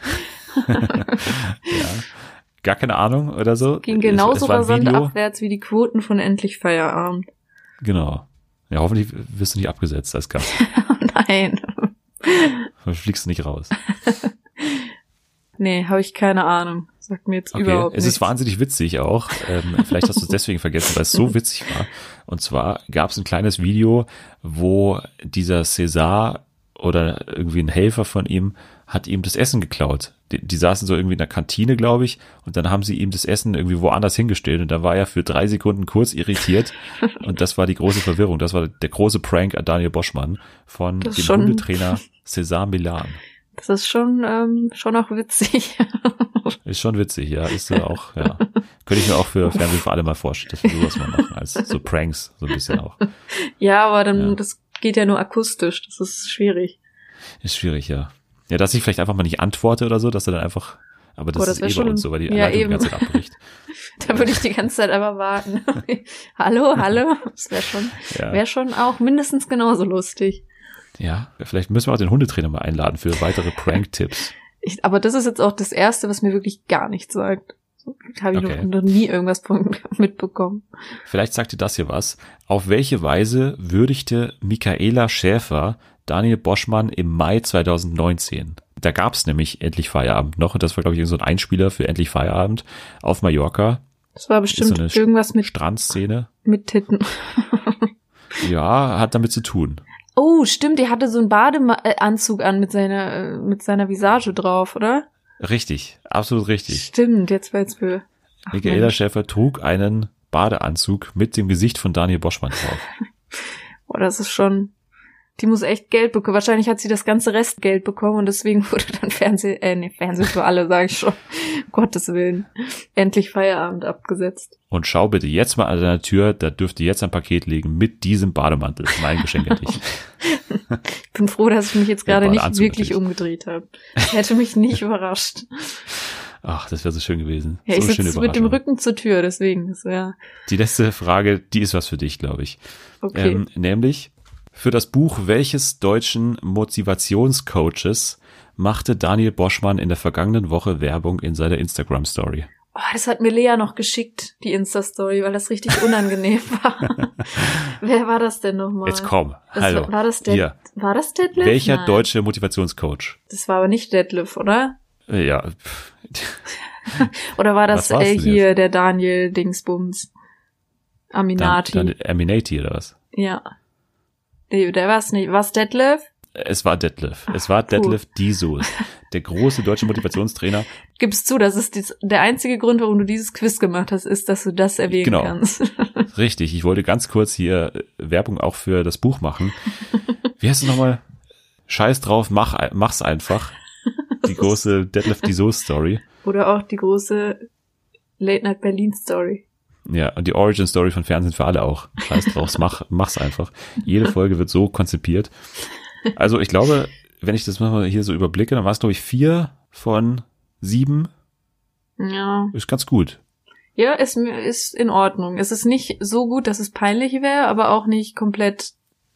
Ja. Gar keine Ahnung oder so. Ging genauso es war ein rasant Video. abwärts wie die Quoten von Endlich Feierabend. Genau. Ja, hoffentlich wirst du nicht abgesetzt als Gast. Nein. Sonst fliegst du nicht raus. Nee, habe ich keine Ahnung. Sagt mir jetzt Okay, überhaupt es nichts. ist wahnsinnig witzig auch. Vielleicht hast du es deswegen vergessen, weil es so witzig war. Und zwar gab es ein kleines Video, wo dieser César oder irgendwie ein Helfer von ihm hat ihm das Essen geklaut. Die saßen so irgendwie in der Kantine, glaube ich, und dann haben sie ihm das Essen irgendwie woanders hingestellt und da war er für 3 Sekunden kurz irritiert und das war die große Verwirrung. Das war der große Prank an Daniel Boschmann von Das dem ist schon- Hundetrainer César Milan. Das ist schon auch witzig. Ist schon witzig, ja. Ist so auch, ja. Könnte ich mir auch für Fernsehen für alle mal vorstellen, dass wir sowas mal machen, als so Pranks, so ein bisschen auch. Ja, aber dann, Ja. das geht ja nur akustisch. Das ist schwierig. Ist schwierig, ja. Ja, dass ich vielleicht einfach mal nicht antworte oder so, dass er dann einfach, aber das Boah, das ist wär bei schon- uns so, weil die ja, Leitung die eben. ganze Zeit abbricht. Da würde ich die ganze Zeit aber warten. Hallo. Das Ja. wäre schon auch mindestens genauso lustig. Ja, vielleicht müssen wir auch den Hundetrainer mal einladen für weitere Prank-Tipps. Aber das ist jetzt auch das Erste, was mir wirklich gar nichts sagt. Habe ich Okay. noch nie irgendwas von mitbekommen. Vielleicht sagt dir das hier was. Auf welche Weise würdigte Michaela Schäfer Daniel Boschmann im Mai 2019? Da gab es nämlich Endlich Feierabend noch und das war, glaube ich, irgend so ein Einspieler für Endlich Feierabend auf Mallorca. Das war bestimmt Ist so eine irgendwas mit Strandszene. Titten. Ja, hat damit zu tun. Oh, stimmt, der hatte so einen Badeanzug an mit seiner Visage drauf, oder? Richtig, absolut richtig. Stimmt, jetzt fällt's für. Ach, Michaela Mensch. Schäfer trug einen Badeanzug mit dem Gesicht von Daniel Boschmann drauf. Boah, das ist schon Die muss echt Geld bekommen. Wahrscheinlich hat sie das ganze Restgeld bekommen und deswegen wurde dann Fernsehen für alle, sage ich schon. Gottes Willen. Endlich Feierabend abgesetzt. Und schau bitte jetzt mal an deiner Tür, da dürft ihr jetzt ein Paket legen mit diesem Bademantel. Mein Geschenk an dich. Ich bin froh, dass ich mich jetzt gerade nicht Badeanzug wirklich natürlich. umgedreht habe. Das hätte mich nicht überrascht. Ach, das wäre so schön gewesen. Ja, so ich eine schöne sitze mit dem Überraschung. Rücken zur Tür, deswegen ist ja Die letzte Frage, die ist was für dich, glaube ich. okay. Nämlich, für das Buch welches deutschen Motivationscoaches machte Daniel Boschmann in der vergangenen Woche Werbung in seiner Instagram-Story? Oh, das hat mir Lea noch geschickt, die Insta-Story, weil das richtig unangenehm war. Wer war das denn nochmal? Jetzt komm, Das hallo. war das Hier. War das Detlef? Welcher Nein. deutsche Motivationscoach? Das war aber nicht Detlef, oder? Ja, Oder war das Was war's denn hier der Daniel Dingsbums? Aminati. dann Aminati oder was? Ja. Nee, der war's nicht. War's Detlef? Es war Detlef. Es war Detlef Diesel, der große deutsche Motivationstrainer. Gibst zu, das ist der einzige Grund, warum du dieses Quiz gemacht hast, ist, dass du das erwähnen Genau. kannst. Richtig, ich wollte ganz kurz hier Werbung auch für das Buch machen. Wie heißt es nochmal? Scheiß drauf, mach's einfach. Die große Detlef Diesel Story. Oder auch die große Late Night Berlin Story. Ja, und die Origin Story von Fernsehen für alle auch. Scheiß drauf, mach's einfach. Jede Folge wird so konzipiert. Also ich glaube, wenn ich das mal hier so überblicke, dann war es, glaube ich, 4 von 7. Ja. Ist ganz gut. Ja, ist in Ordnung. Es ist nicht so gut, dass es peinlich wäre, aber auch nicht komplett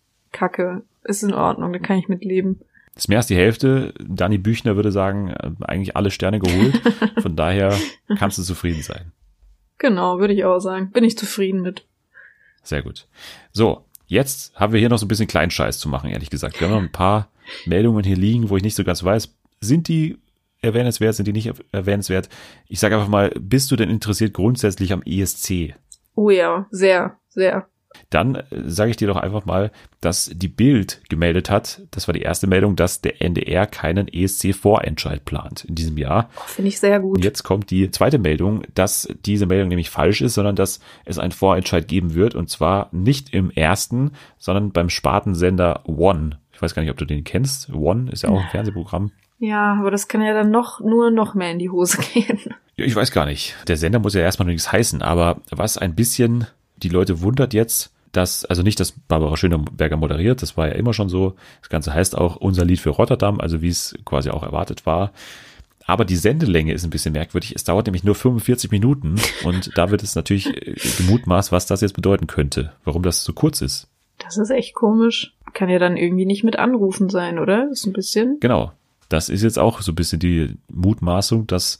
kacke. Ist in Ordnung, da kann ich mit leben. Das ist mehr als die Hälfte. Dani Büchner würde sagen, eigentlich alle Sterne geholt. Von daher kannst du zufrieden sein. Genau, würde ich auch sagen. Bin ich zufrieden mit. Sehr gut. So, jetzt haben wir hier noch so ein bisschen Kleinscheiß zu machen, ehrlich gesagt. Wir haben noch ein paar Meldungen hier liegen, wo ich nicht so ganz weiß, sind die erwähnenswert, sind die nicht erwähnenswert? Ich sage einfach mal, bist du denn interessiert grundsätzlich am ESC? Oh ja, sehr, sehr. Dann sage ich dir doch einfach mal, dass die Bild gemeldet hat, das war die erste Meldung, dass der NDR keinen ESC-Vorentscheid plant in diesem Jahr. Oh, finde ich sehr gut. Und jetzt kommt die zweite Meldung, dass diese Meldung nämlich falsch ist, sondern dass es einen Vorentscheid geben wird, und zwar nicht im ersten, sondern beim Spartensender One. Ich weiß gar nicht, ob du den kennst. One ist ja auch ein Fernsehprogramm. Ja, aber das kann ja dann nur noch mehr in die Hose gehen. Ja, ich weiß gar nicht. Der Sender muss ja erstmal noch nichts heißen, aber was ein bisschen die Leute wundert jetzt, dass, also nicht, dass Barbara Schöneberger moderiert, das war ja immer schon so. Das Ganze heißt auch Unser Lied für Rotterdam, also wie es quasi auch erwartet war. Aber die Sendelänge ist ein bisschen merkwürdig. Es dauert nämlich nur 45 Minuten und da wird es natürlich gemutmaßt, was das jetzt bedeuten könnte, warum das so kurz ist. Das ist echt komisch. Kann ja dann irgendwie nicht mit Anrufen sein, oder? Das ist ein bisschen. Genau. Das ist jetzt auch so ein bisschen die Mutmaßung, dass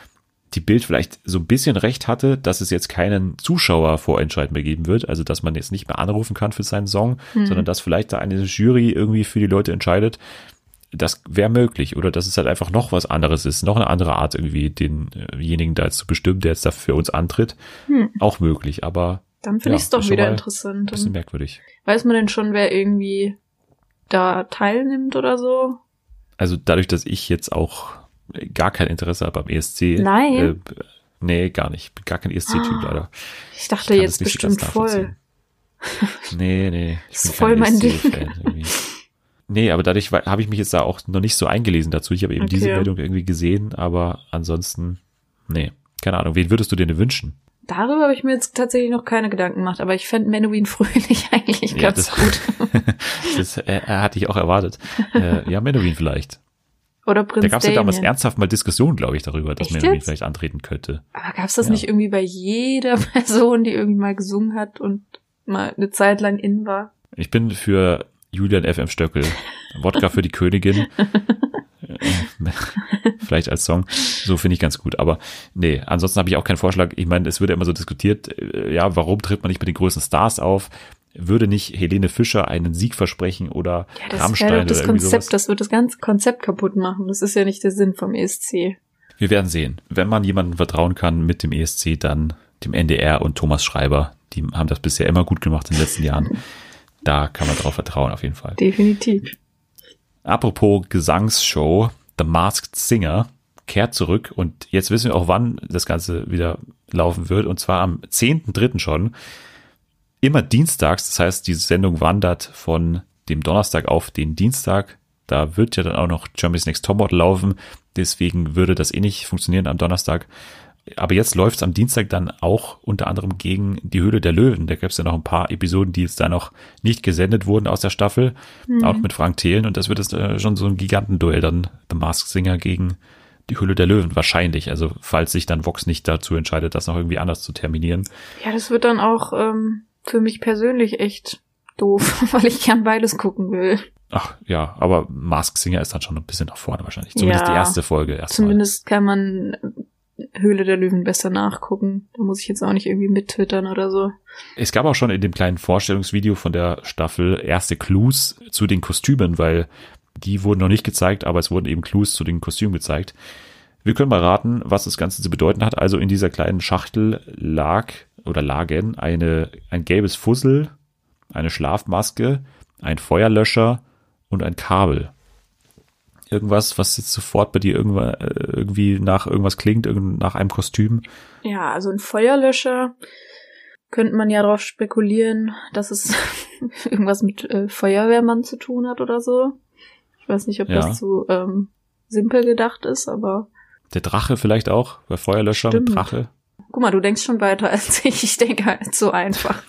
die Bild vielleicht so ein bisschen recht hatte, dass es jetzt keinen Zuschauervorentscheid mehr geben wird, also dass man jetzt nicht mehr anrufen kann für seinen Song, sondern dass vielleicht da eine Jury irgendwie für die Leute entscheidet. Das wäre möglich, oder dass es halt einfach noch was anderes ist, noch eine andere Art irgendwie denjenigen da jetzt zu bestimmen, der jetzt da für uns antritt. Auch möglich, aber Dann finde ich es doch ist schon wieder mal interessant. ein bisschen merkwürdig. Weiß man denn schon, wer irgendwie da teilnimmt oder so? Also dadurch, dass ich jetzt auch gar kein Interesse habe am ESC. Nein. Nee, gar nicht. Bin gar kein ESC-Typ leider. Ich dachte kann jetzt das nicht so ganz bestimmt voll. nachvollziehen. Nee. Ich Ist bin voll kein mein Ding. ESC-Fan irgendwie. Nee, aber dadurch habe ich mich jetzt da auch noch nicht so eingelesen dazu. Ich habe eben diese Meldung irgendwie gesehen, aber ansonsten, nee, keine Ahnung. Wen würdest du dir denn wünschen? Darüber habe ich mir jetzt tatsächlich noch keine Gedanken gemacht, aber ich fände Menuhin Fröhlich eigentlich ganz gut. Das hatte ich auch erwartet. Ja, Menuhin vielleicht. Oder Prinz Da gab es ja damals Damien. ernsthaft mal Diskussionen, glaube ich, darüber, dass Echt Menuhin jetzt? vielleicht antreten könnte. Aber gab es das Ja. nicht irgendwie bei jeder Person, die irgendwie mal gesungen hat und mal eine Zeit lang in war? Ich bin für Julian F.M. Stöckel. Wodka für die Königin. Vielleicht als Song. So finde ich ganz gut. Aber nee, ansonsten habe ich auch keinen Vorschlag. Ich meine, es wird ja immer so diskutiert, ja, warum tritt man nicht mit den größten Stars auf? Würde nicht Helene Fischer einen Sieg versprechen oder Ja, das Rammstein wäre doch das oder irgendwie Konzept, sowas? das wird das ganze Konzept kaputt machen. Das ist ja nicht der Sinn vom ESC. Wir werden sehen. Wenn man jemandem vertrauen kann mit dem ESC, dann dem NDR und Thomas Schreiber. Die haben das bisher immer gut gemacht in den letzten Jahren. Da kann man drauf vertrauen, auf jeden Fall. Definitiv. Apropos Gesangsshow, The Masked Singer kehrt zurück und jetzt wissen wir auch, wann das Ganze wieder laufen wird, und zwar am 10.3. schon. Immer dienstags, das heißt, die Sendung wandert von dem Donnerstag auf den Dienstag. Da wird ja dann auch noch Germany's Next Topmodel laufen. Deswegen würde das eh nicht funktionieren am Donnerstag. Aber jetzt läuft es am Dienstag dann auch unter anderem gegen die Höhle der Löwen. Da gab es ja noch ein paar Episoden, die jetzt da noch nicht gesendet wurden aus der Staffel. Auch mit Frank Thelen. Und das wird jetzt schon so ein Gigantenduell dann. The Masked Singer gegen die Höhle der Löwen wahrscheinlich. Also falls sich dann Vox nicht dazu entscheidet, das noch irgendwie anders zu terminieren. Ja, das wird dann auch für mich persönlich echt doof, weil ich gern beides gucken will. Ach ja, aber Masked Singer ist dann schon ein bisschen nach vorne wahrscheinlich. Zumindest die erste Folge erstmal. Zumindest kann man Höhle der Löwen besser nachgucken. Da muss ich jetzt auch nicht irgendwie mittwittern oder so. Es gab auch schon in dem kleinen Vorstellungsvideo von der Staffel erste Clues zu den Kostümen, weil die wurden noch nicht gezeigt, aber es wurden eben Clues zu den Kostümen gezeigt. Wir können mal raten, was das Ganze zu bedeuten hat. Also in dieser kleinen Schachtel lagen ein gelbes Fussel, eine Schlafmaske, ein Feuerlöscher und ein Kabel. Irgendwas, was jetzt sofort bei dir irgendwie nach irgendwas klingt, nach einem Kostüm. Ja, also ein Feuerlöscher könnte man ja darauf spekulieren, dass es irgendwas mit Feuerwehrmann zu tun hat oder so. Ich weiß nicht, ob das so simpel gedacht ist, aber... Der Drache vielleicht auch, bei Feuerlöscher Stimmt. mit Drache. Guck mal, du denkst schon weiter als ich. Ich denke halt so einfach.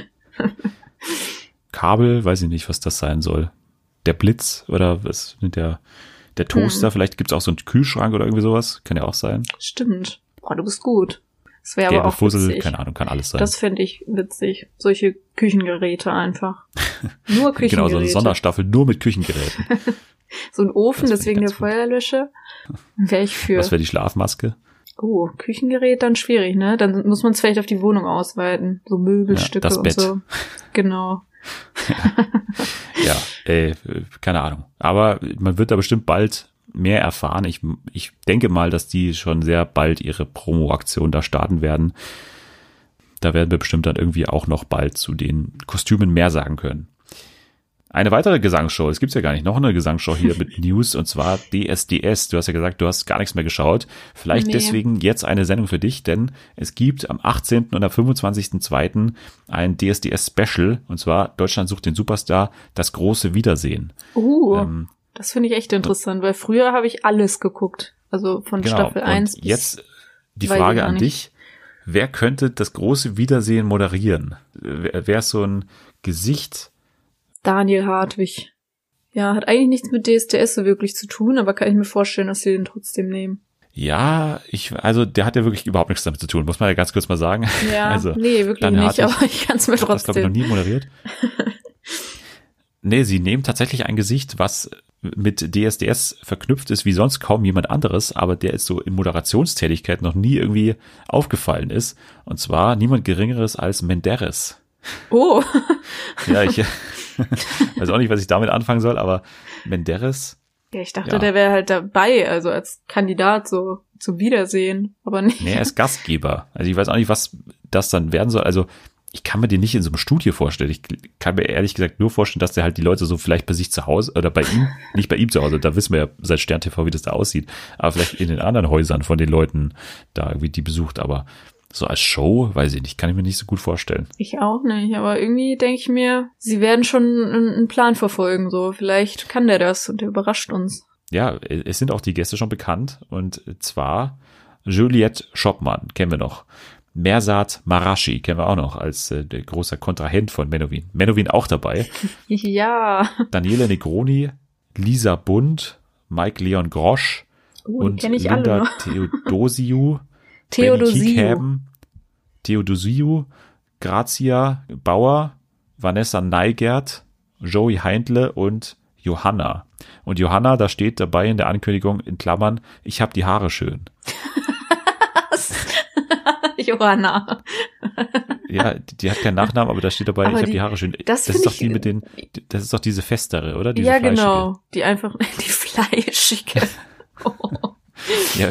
Kabel, weiß ich nicht, was das sein soll. Der Blitz oder was mit der Toaster, vielleicht gibt's auch so einen Kühlschrank oder irgendwie sowas, kann ja auch sein. Stimmt. Boah, du bist gut. Das wäre Gelbe aber auch Fussel, witzig. keine Ahnung, kann alles sein. Das fände ich witzig. Solche Küchengeräte einfach. Nur Küchengeräte. Genau, so eine Sonderstaffel nur mit Küchengeräten. So ein Ofen, Das deswegen find der ich ganz Feuerlöscher. Wäre ich für. Was wäre die Schlafmaske? Oh, Küchengerät dann schwierig, ne? Dann muss man es vielleicht auf die Wohnung ausweiten. So Möbelstücke das und Bett. so. Genau. Ja, keine Ahnung. Aber man wird da bestimmt bald mehr erfahren. Ich denke mal, dass die schon sehr bald ihre Promo-Aktion da starten werden. Da werden wir bestimmt dann irgendwie auch noch bald zu den Kostümen mehr sagen können. Eine weitere Gesangsshow, es gibt's ja gar nicht, noch eine Gesangsshow hier mit News, und zwar DSDS. Du hast ja gesagt, du hast gar nichts mehr geschaut. Vielleicht deswegen jetzt eine Sendung für dich, denn es gibt am 18. und am 25.02. ein DSDS-Special, und zwar Deutschland sucht den Superstar, das große Wiedersehen. Das finde ich echt interessant, weil früher habe ich alles geguckt. Also von Staffel 1 und bis... Jetzt die Frage an dich. Wer könnte das große Wiedersehen moderieren? Wer ist so ein Gesicht? Daniel Hartwig. Ja, hat eigentlich nichts mit DSDS so wirklich zu tun, aber kann ich mir vorstellen, dass sie den trotzdem nehmen. Ja, also der hat ja wirklich überhaupt nichts damit zu tun, muss man ja ganz kurz mal sagen. Ja, also, nee, wirklich Daniel nicht, Hartwig, aber ich kann es mir das glaube ich noch trotzdem. nie moderiert. Nee, sie nehmen tatsächlich ein Gesicht, was mit DSDS verknüpft ist, wie sonst kaum jemand anderes, aber der ist so in Moderationstätigkeit noch nie irgendwie aufgefallen ist. Und zwar niemand Geringeres als Menderes. Oh. Ja, ich weiß auch nicht, was ich damit anfangen soll, aber Menderes. Ja, ich dachte, der wäre halt dabei, also als Kandidat so zum Wiedersehen, aber nicht. Nee, er ist Gastgeber. Also ich weiß auch nicht, was das dann werden soll. Also ich kann mir den nicht in so einem Studio vorstellen. Ich kann mir ehrlich gesagt nur vorstellen, dass der halt die Leute so vielleicht bei sich zu Hause oder bei ihm, nicht bei ihm zu Hause, da wissen wir ja seit Stern TV, wie das da aussieht, aber vielleicht in den anderen Häusern von den Leuten da irgendwie die besucht, aber so als Show, weiß ich nicht, kann ich mir nicht so gut vorstellen. Ich auch nicht, aber irgendwie denke ich mir, sie werden schon einen Plan verfolgen, so. Vielleicht kann der das und der überrascht uns. Ja, es sind auch die Gäste schon bekannt, und zwar Juliette Schoppmann, kennen wir noch. Mersat Marashi kennen wir auch noch als der großer Kontrahent von Menowin. Menowin auch dabei. Ja. Daniele Negroni, Lisa Bund, Mike Leon Grosch und Linda Theodosiou. Theodosiou, Grazia Bauer, Vanessa Neigert, Joey Heindle und Johanna. Und Johanna, da steht dabei in der Ankündigung in Klammern, ich habe die Haare schön. Johanna. Ja, die hat keinen Nachnamen, aber da steht dabei, aber ich habe die Haare schön. Das ist doch das ist doch diese festere, oder? Diese ja, fleischige. Genau. Die einfach, die fleischige. Oh. Ja.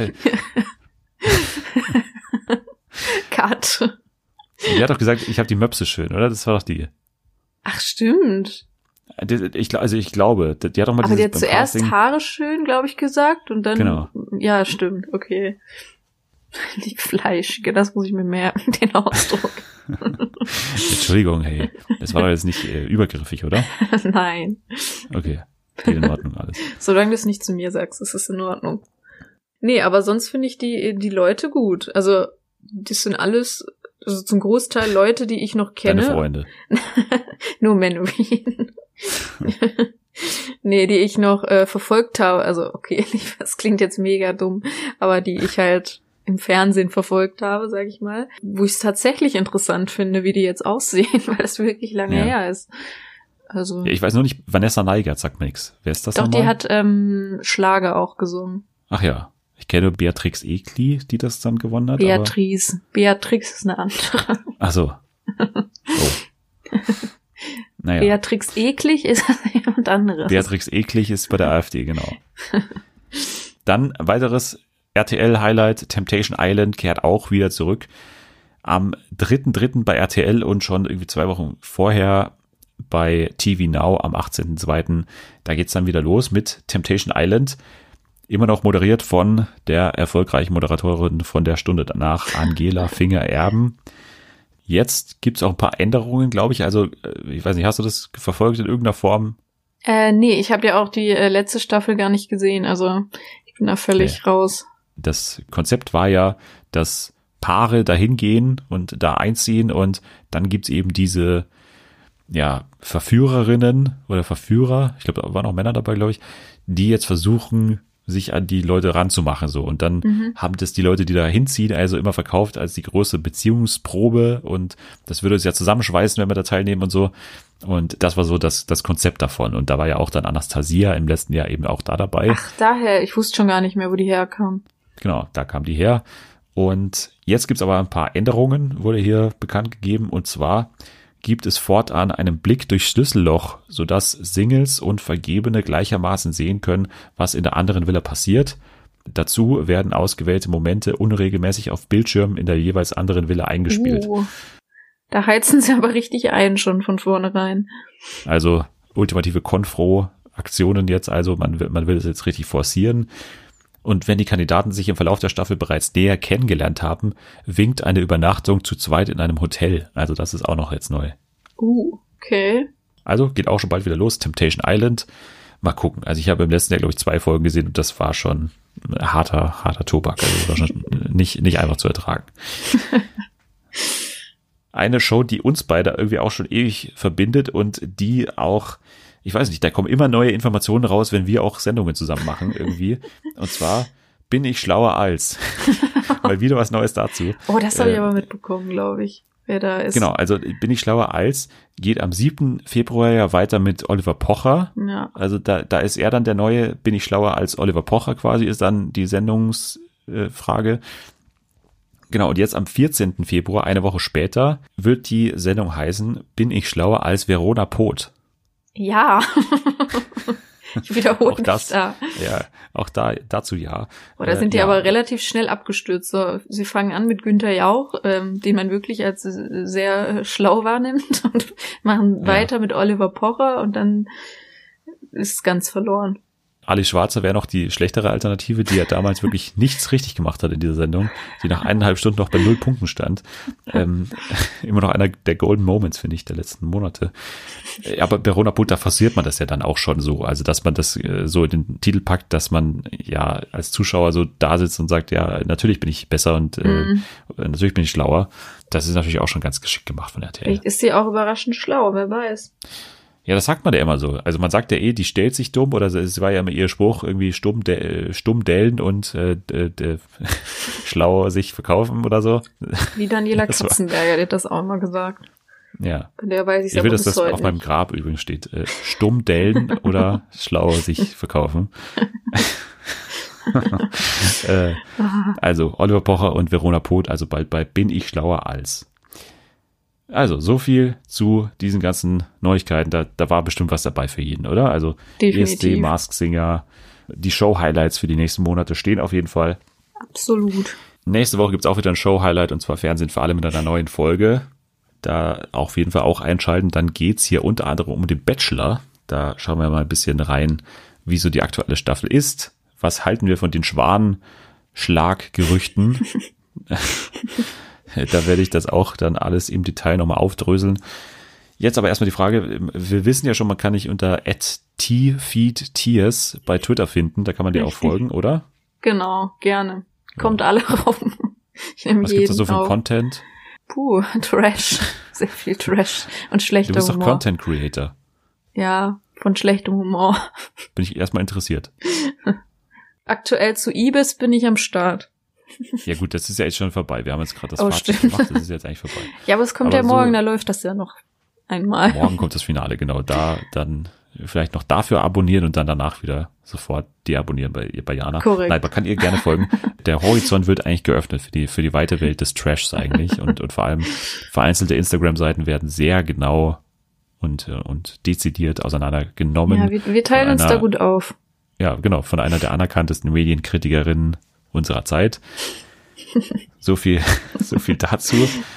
Cut. Die hat doch gesagt, ich habe die Möpse schön, oder? Das war doch die. Ach, stimmt. Ich glaube, die hat doch mal aber die hat zuerst Casting Haare schön, glaube ich, gesagt, und dann, genau. Ja, stimmt, okay. Die fleischige, das muss ich mir merken, den Ausdruck. Entschuldigung, hey, das war doch jetzt nicht übergriffig, oder? Nein. Okay, geht in Ordnung alles. Solange du es nicht zu mir sagst, ist es in Ordnung. Nee, aber sonst finde ich die Leute gut. Also, das sind alles, also zum Großteil Leute, die ich noch kenne. Deine Freunde. Nur Menuhin. Nee, die ich noch verfolgt habe. Also, okay, das klingt jetzt mega dumm, aber die ich halt im Fernsehen verfolgt habe, sag ich mal. Wo ich es tatsächlich interessant finde, wie die jetzt aussehen, weil das wirklich lange her ist. Also. Ja, ich weiß nur nicht, Vanessa Neigert sagt mir nichts. Wer ist das Doch, nochmal? die hat Schlager auch gesungen. Ach ja, ich kenne Beatrix Egli, die das dann gewonnen hat. Beatrice. Beatrix ist eine andere. Ach so. Oh. Naja. Beatrix Eklig ist jemand anderes. Beatrix Eklig ist bei der AfD, genau. Dann weiteres RTL-Highlight, Temptation Island kehrt auch wieder zurück. Am 3.3. bei RTL und schon irgendwie 2 Wochen vorher bei TV Now am 18.2. Da geht's dann wieder los mit Temptation Island. Immer noch moderiert von der erfolgreichen Moderatorin von der Stunde danach, Angela Finger-Erben. Jetzt gibt's auch ein paar Änderungen, glaube ich. Also, ich weiß nicht, hast du das verfolgt in irgendeiner Form? Nee, ich habe ja auch die letzte Staffel gar nicht gesehen. Also, ich bin da völlig raus. Das Konzept war ja, dass Paare dahin gehen und da einziehen und dann gibt's eben diese Verführerinnen oder Verführer, ich glaube, da waren auch Männer dabei, glaube ich, die jetzt versuchen, sich an die Leute ranzumachen, so. Und dann haben das die Leute, die da hinziehen, also immer verkauft als die große Beziehungsprobe und das würde uns ja zusammenschweißen, wenn wir da teilnehmen und so. Und das war so das Konzept davon. Und da war ja auch dann Anastasia im letzten Jahr eben auch da dabei. Ach, daher, ich wusste schon gar nicht mehr, wo die herkam. Genau, da kam die her. Und jetzt gibt's aber ein paar Änderungen, wurde hier bekannt gegeben. Und zwar gibt es fortan einen Blick durchs Schlüsselloch, sodass Singles und Vergebene gleichermaßen sehen können, was in der anderen Villa passiert. Dazu werden ausgewählte Momente unregelmäßig auf Bildschirmen in der jeweils anderen Villa eingespielt. Da heizen sie aber richtig ein, schon von vornherein. Also ultimative Konfro-Aktionen jetzt, also man will es jetzt richtig forcieren. Und wenn die Kandidaten sich im Verlauf der Staffel bereits näher kennengelernt haben, winkt eine Übernachtung zu zweit in einem Hotel. Also das ist auch noch jetzt neu. Okay. Also geht auch schon bald wieder los. Temptation Island. Mal gucken. Also ich habe im letzten Jahr, glaube ich, 2 Folgen gesehen und das war schon harter Tobak. Also das war schon nicht einfach zu ertragen. Eine Show, die uns beide irgendwie auch schon ewig verbindet und die auch, ich weiß nicht, da kommen immer neue Informationen raus, wenn wir auch Sendungen zusammen machen irgendwie. Und zwar bin ich schlauer als. Mal wieder was Neues dazu. Oh, das habe ich aber mitbekommen, glaube ich, wer da ist. Genau, also bin ich schlauer als geht am 7. Februar ja weiter mit Oliver Pocher. Ja. Also da ist er dann der neue, bin ich schlauer als Oliver Pocher quasi, ist dann die Sendungsfrage. Genau, und jetzt am 14. Februar, eine Woche später, wird die Sendung heißen, bin ich schlauer als Verona Poth. Ja. Ich wiederhole mich das, da. Ja, auch dazu ja. Oder sind die aber relativ schnell abgestürzt. So, sie fangen an mit Günther Jauch, den man wirklich als sehr schlau wahrnimmt und machen weiter mit Oliver Pocher und dann ist es ganz verloren. Ali Schwarzer wäre noch die schlechtere Alternative, die ja damals wirklich nichts richtig gemacht hat in dieser Sendung, die nach 1,5 Stunden noch bei 0 Punkten stand. Immer noch einer der Golden Moments, finde ich, der letzten Monate. Aber bei Verona Poth, da forciert man das ja dann auch schon so, also dass man das so in den Titel packt, dass man ja als Zuschauer so da sitzt und sagt, ja, natürlich bin ich besser und natürlich bin ich schlauer. Das ist natürlich auch schon ganz geschickt gemacht von RTL. Vielleicht ist sie auch überraschend schlau, wer weiß. Ja, das sagt man ja immer so. Also man sagt ja die stellt sich dumm, oder es war ja immer ihr Spruch, irgendwie stumm dellen und schlau sich verkaufen oder so. Wie Daniela Katzenberger, die hat das auch immer gesagt. Ja. Von der weiß ich will, dass bis das heute auf meinem Grab übrigens steht. Stumm dellen oder schlau sich verkaufen. Also Oliver Pocher und Verona Poth, also bald bei Bin ich schlauer als. Also, so viel zu diesen ganzen Neuigkeiten. Da war bestimmt was dabei für jeden, oder? Also, Definitiv. ESC, Masked Singer, die Show-Highlights für die nächsten Monate stehen auf jeden Fall. Absolut. Nächste Woche gibt's auch wieder ein Show-Highlight, und zwar Fernsehen für alle mit einer neuen Folge. Da auf jeden Fall auch einschalten. Dann geht's hier unter anderem um den Bachelor. Da schauen wir mal ein bisschen rein, wie so die aktuelle Staffel ist. Was halten wir von den Schwanenschlaggerüchten? Da werde ich das auch dann alles im Detail nochmal aufdröseln. Jetzt aber erstmal die Frage, wir wissen ja schon, man kann dich unter @tfeedtears bei Twitter finden, da kann man dir auch folgen, oder? Genau, gerne. Kommt alle rauf. Ich nehme Was jeden gibt's da so für auf. Content? Puh, Trash. Sehr viel Trash und schlechter Du bist doch Humor. Content Creator. Ja, von schlechtem Humor. Bin ich erstmal interessiert. Aktuell zu Ibis bin ich am Start. Ja gut, das ist ja jetzt schon vorbei. Wir haben jetzt gerade das Oh, Fazit stimmt. gemacht, das ist jetzt eigentlich vorbei. Ja, aber es kommt Aber ja morgen, so- da läuft das ja noch einmal. Morgen kommt das Finale, genau. Da dann vielleicht noch dafür abonnieren und dann danach wieder sofort deabonnieren bei Jana. Korrekt. Nein, man kann ihr gerne folgen. Der Horizont wird eigentlich geöffnet für die weite Welt des Trashs eigentlich und vor allem vereinzelte Instagram-Seiten werden sehr genau und dezidiert auseinandergenommen. Ja, wir teilen Von uns einer- da gut auf. Ja, genau, von einer der anerkanntesten Medienkritikerinnen unserer Zeit. So viel dazu.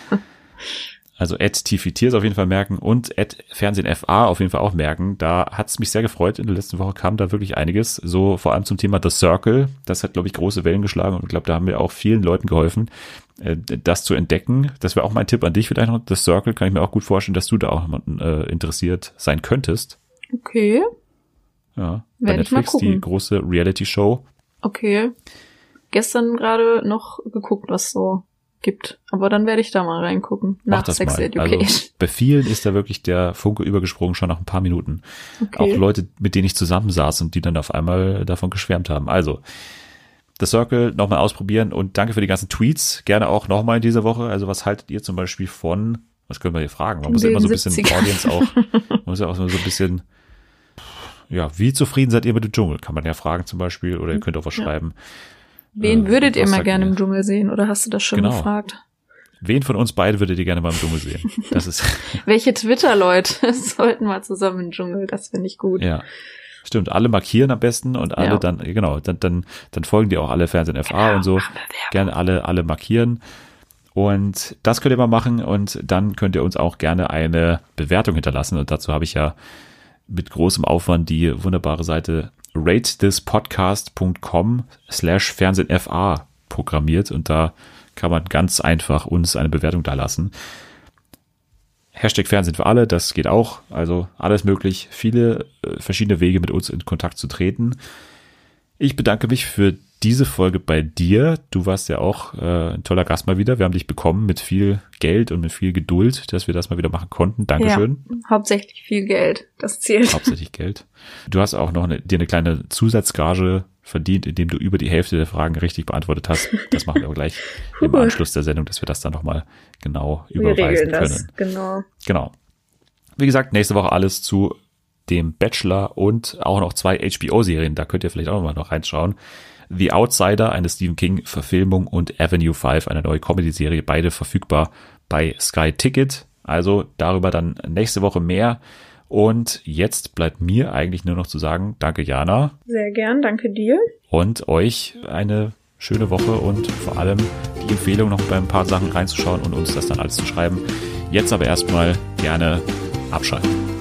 Also @tfeedtears auf jeden Fall merken und @FernsehenFA auf jeden Fall auch merken. Da hat es mich sehr gefreut. In der letzten Woche kam da wirklich einiges. So vor allem zum Thema The Circle. Das hat, glaube ich, große Wellen geschlagen und ich glaube, da haben wir auch vielen Leuten geholfen, das zu entdecken. Das wäre auch mein Tipp an dich vielleicht noch. The Circle kann ich mir auch gut vorstellen, dass du da auch interessiert sein könntest. Okay, Ja, bei Werde ich mal Netflix, die gucken. große Reality-Show. okay. Gestern gerade noch geguckt, was so gibt. Aber dann werde ich da mal reingucken. Mach Nach das Sex mal. Education. Also bei vielen ist da wirklich der Funke übergesprungen, schon nach ein paar Minuten. Okay. Auch Leute, mit denen ich zusammensaß und die dann auf einmal davon geschwärmt haben. Also, The Circle nochmal ausprobieren und danke für die ganzen Tweets. Gerne auch nochmal in dieser Woche. Also was haltet ihr zum Beispiel von, was können wir hier fragen? Man muss ja immer so ein bisschen 70er. Audience auch, man muss ja auch so ein bisschen, ja, wie zufrieden seid ihr mit dem Dschungel? Kann man ja fragen zum Beispiel oder ihr könnt auch was schreiben. Wen würdet ihr was mal sagt gerne ihr? im Dschungel sehen? Oder hast du das schon Genau. gefragt? Wen von uns beiden würdet ihr gerne mal im Dschungel sehen? Das ist, Welche Twitter-Leute sollten mal zusammen im Dschungel? Das finde ich gut. ja. Stimmt, alle markieren am besten und alle Ja. dann, genau, dann folgen die auch alle Fernsehen FA und so. Gerne alle markieren. Und das könnt ihr mal machen und dann könnt ihr uns auch gerne eine Bewertung hinterlassen. Und dazu habe ich ja mit großem Aufwand die wunderbare Seite ratethispodcast.com/FernsehenFA programmiert und da kann man ganz einfach uns eine Bewertung da lassen. Hashtag Fernsehen für alle, das geht auch. Also alles möglich. Viele verschiedene Wege mit uns in Kontakt zu treten. Ich bedanke mich für diese Folge bei dir. Du warst ja auch ein toller Gast mal wieder. Wir haben dich bekommen mit viel Geld und mit viel Geduld, dass wir das mal wieder machen konnten. Dankeschön. Ja, hauptsächlich viel Geld. Das zählt. Hauptsächlich Geld. Du hast auch noch dir eine kleine Zusatzgage verdient, indem du über die Hälfte der Fragen richtig beantwortet hast. Das machen wir aber gleich im Anschluss der Sendung, dass wir das dann nochmal genau Wir überweisen regeln das. können. Genau. Genau. Wie gesagt, nächste Woche alles zu dem Bachelor und auch noch 2 HBO-Serien. Da könnt ihr vielleicht auch noch reinschauen. The Outsider, eine Stephen King-Verfilmung und Avenue 5, eine neue Comedy-Serie. Beide verfügbar bei Sky Ticket. Also darüber dann nächste Woche mehr. Und jetzt bleibt mir eigentlich nur noch zu sagen, danke Jana Sehr gern. Danke dir. und euch eine schöne Woche und vor allem die Empfehlung noch bei ein paar Sachen reinzuschauen und uns das dann alles zu schreiben. Jetzt aber erstmal gerne abschalten.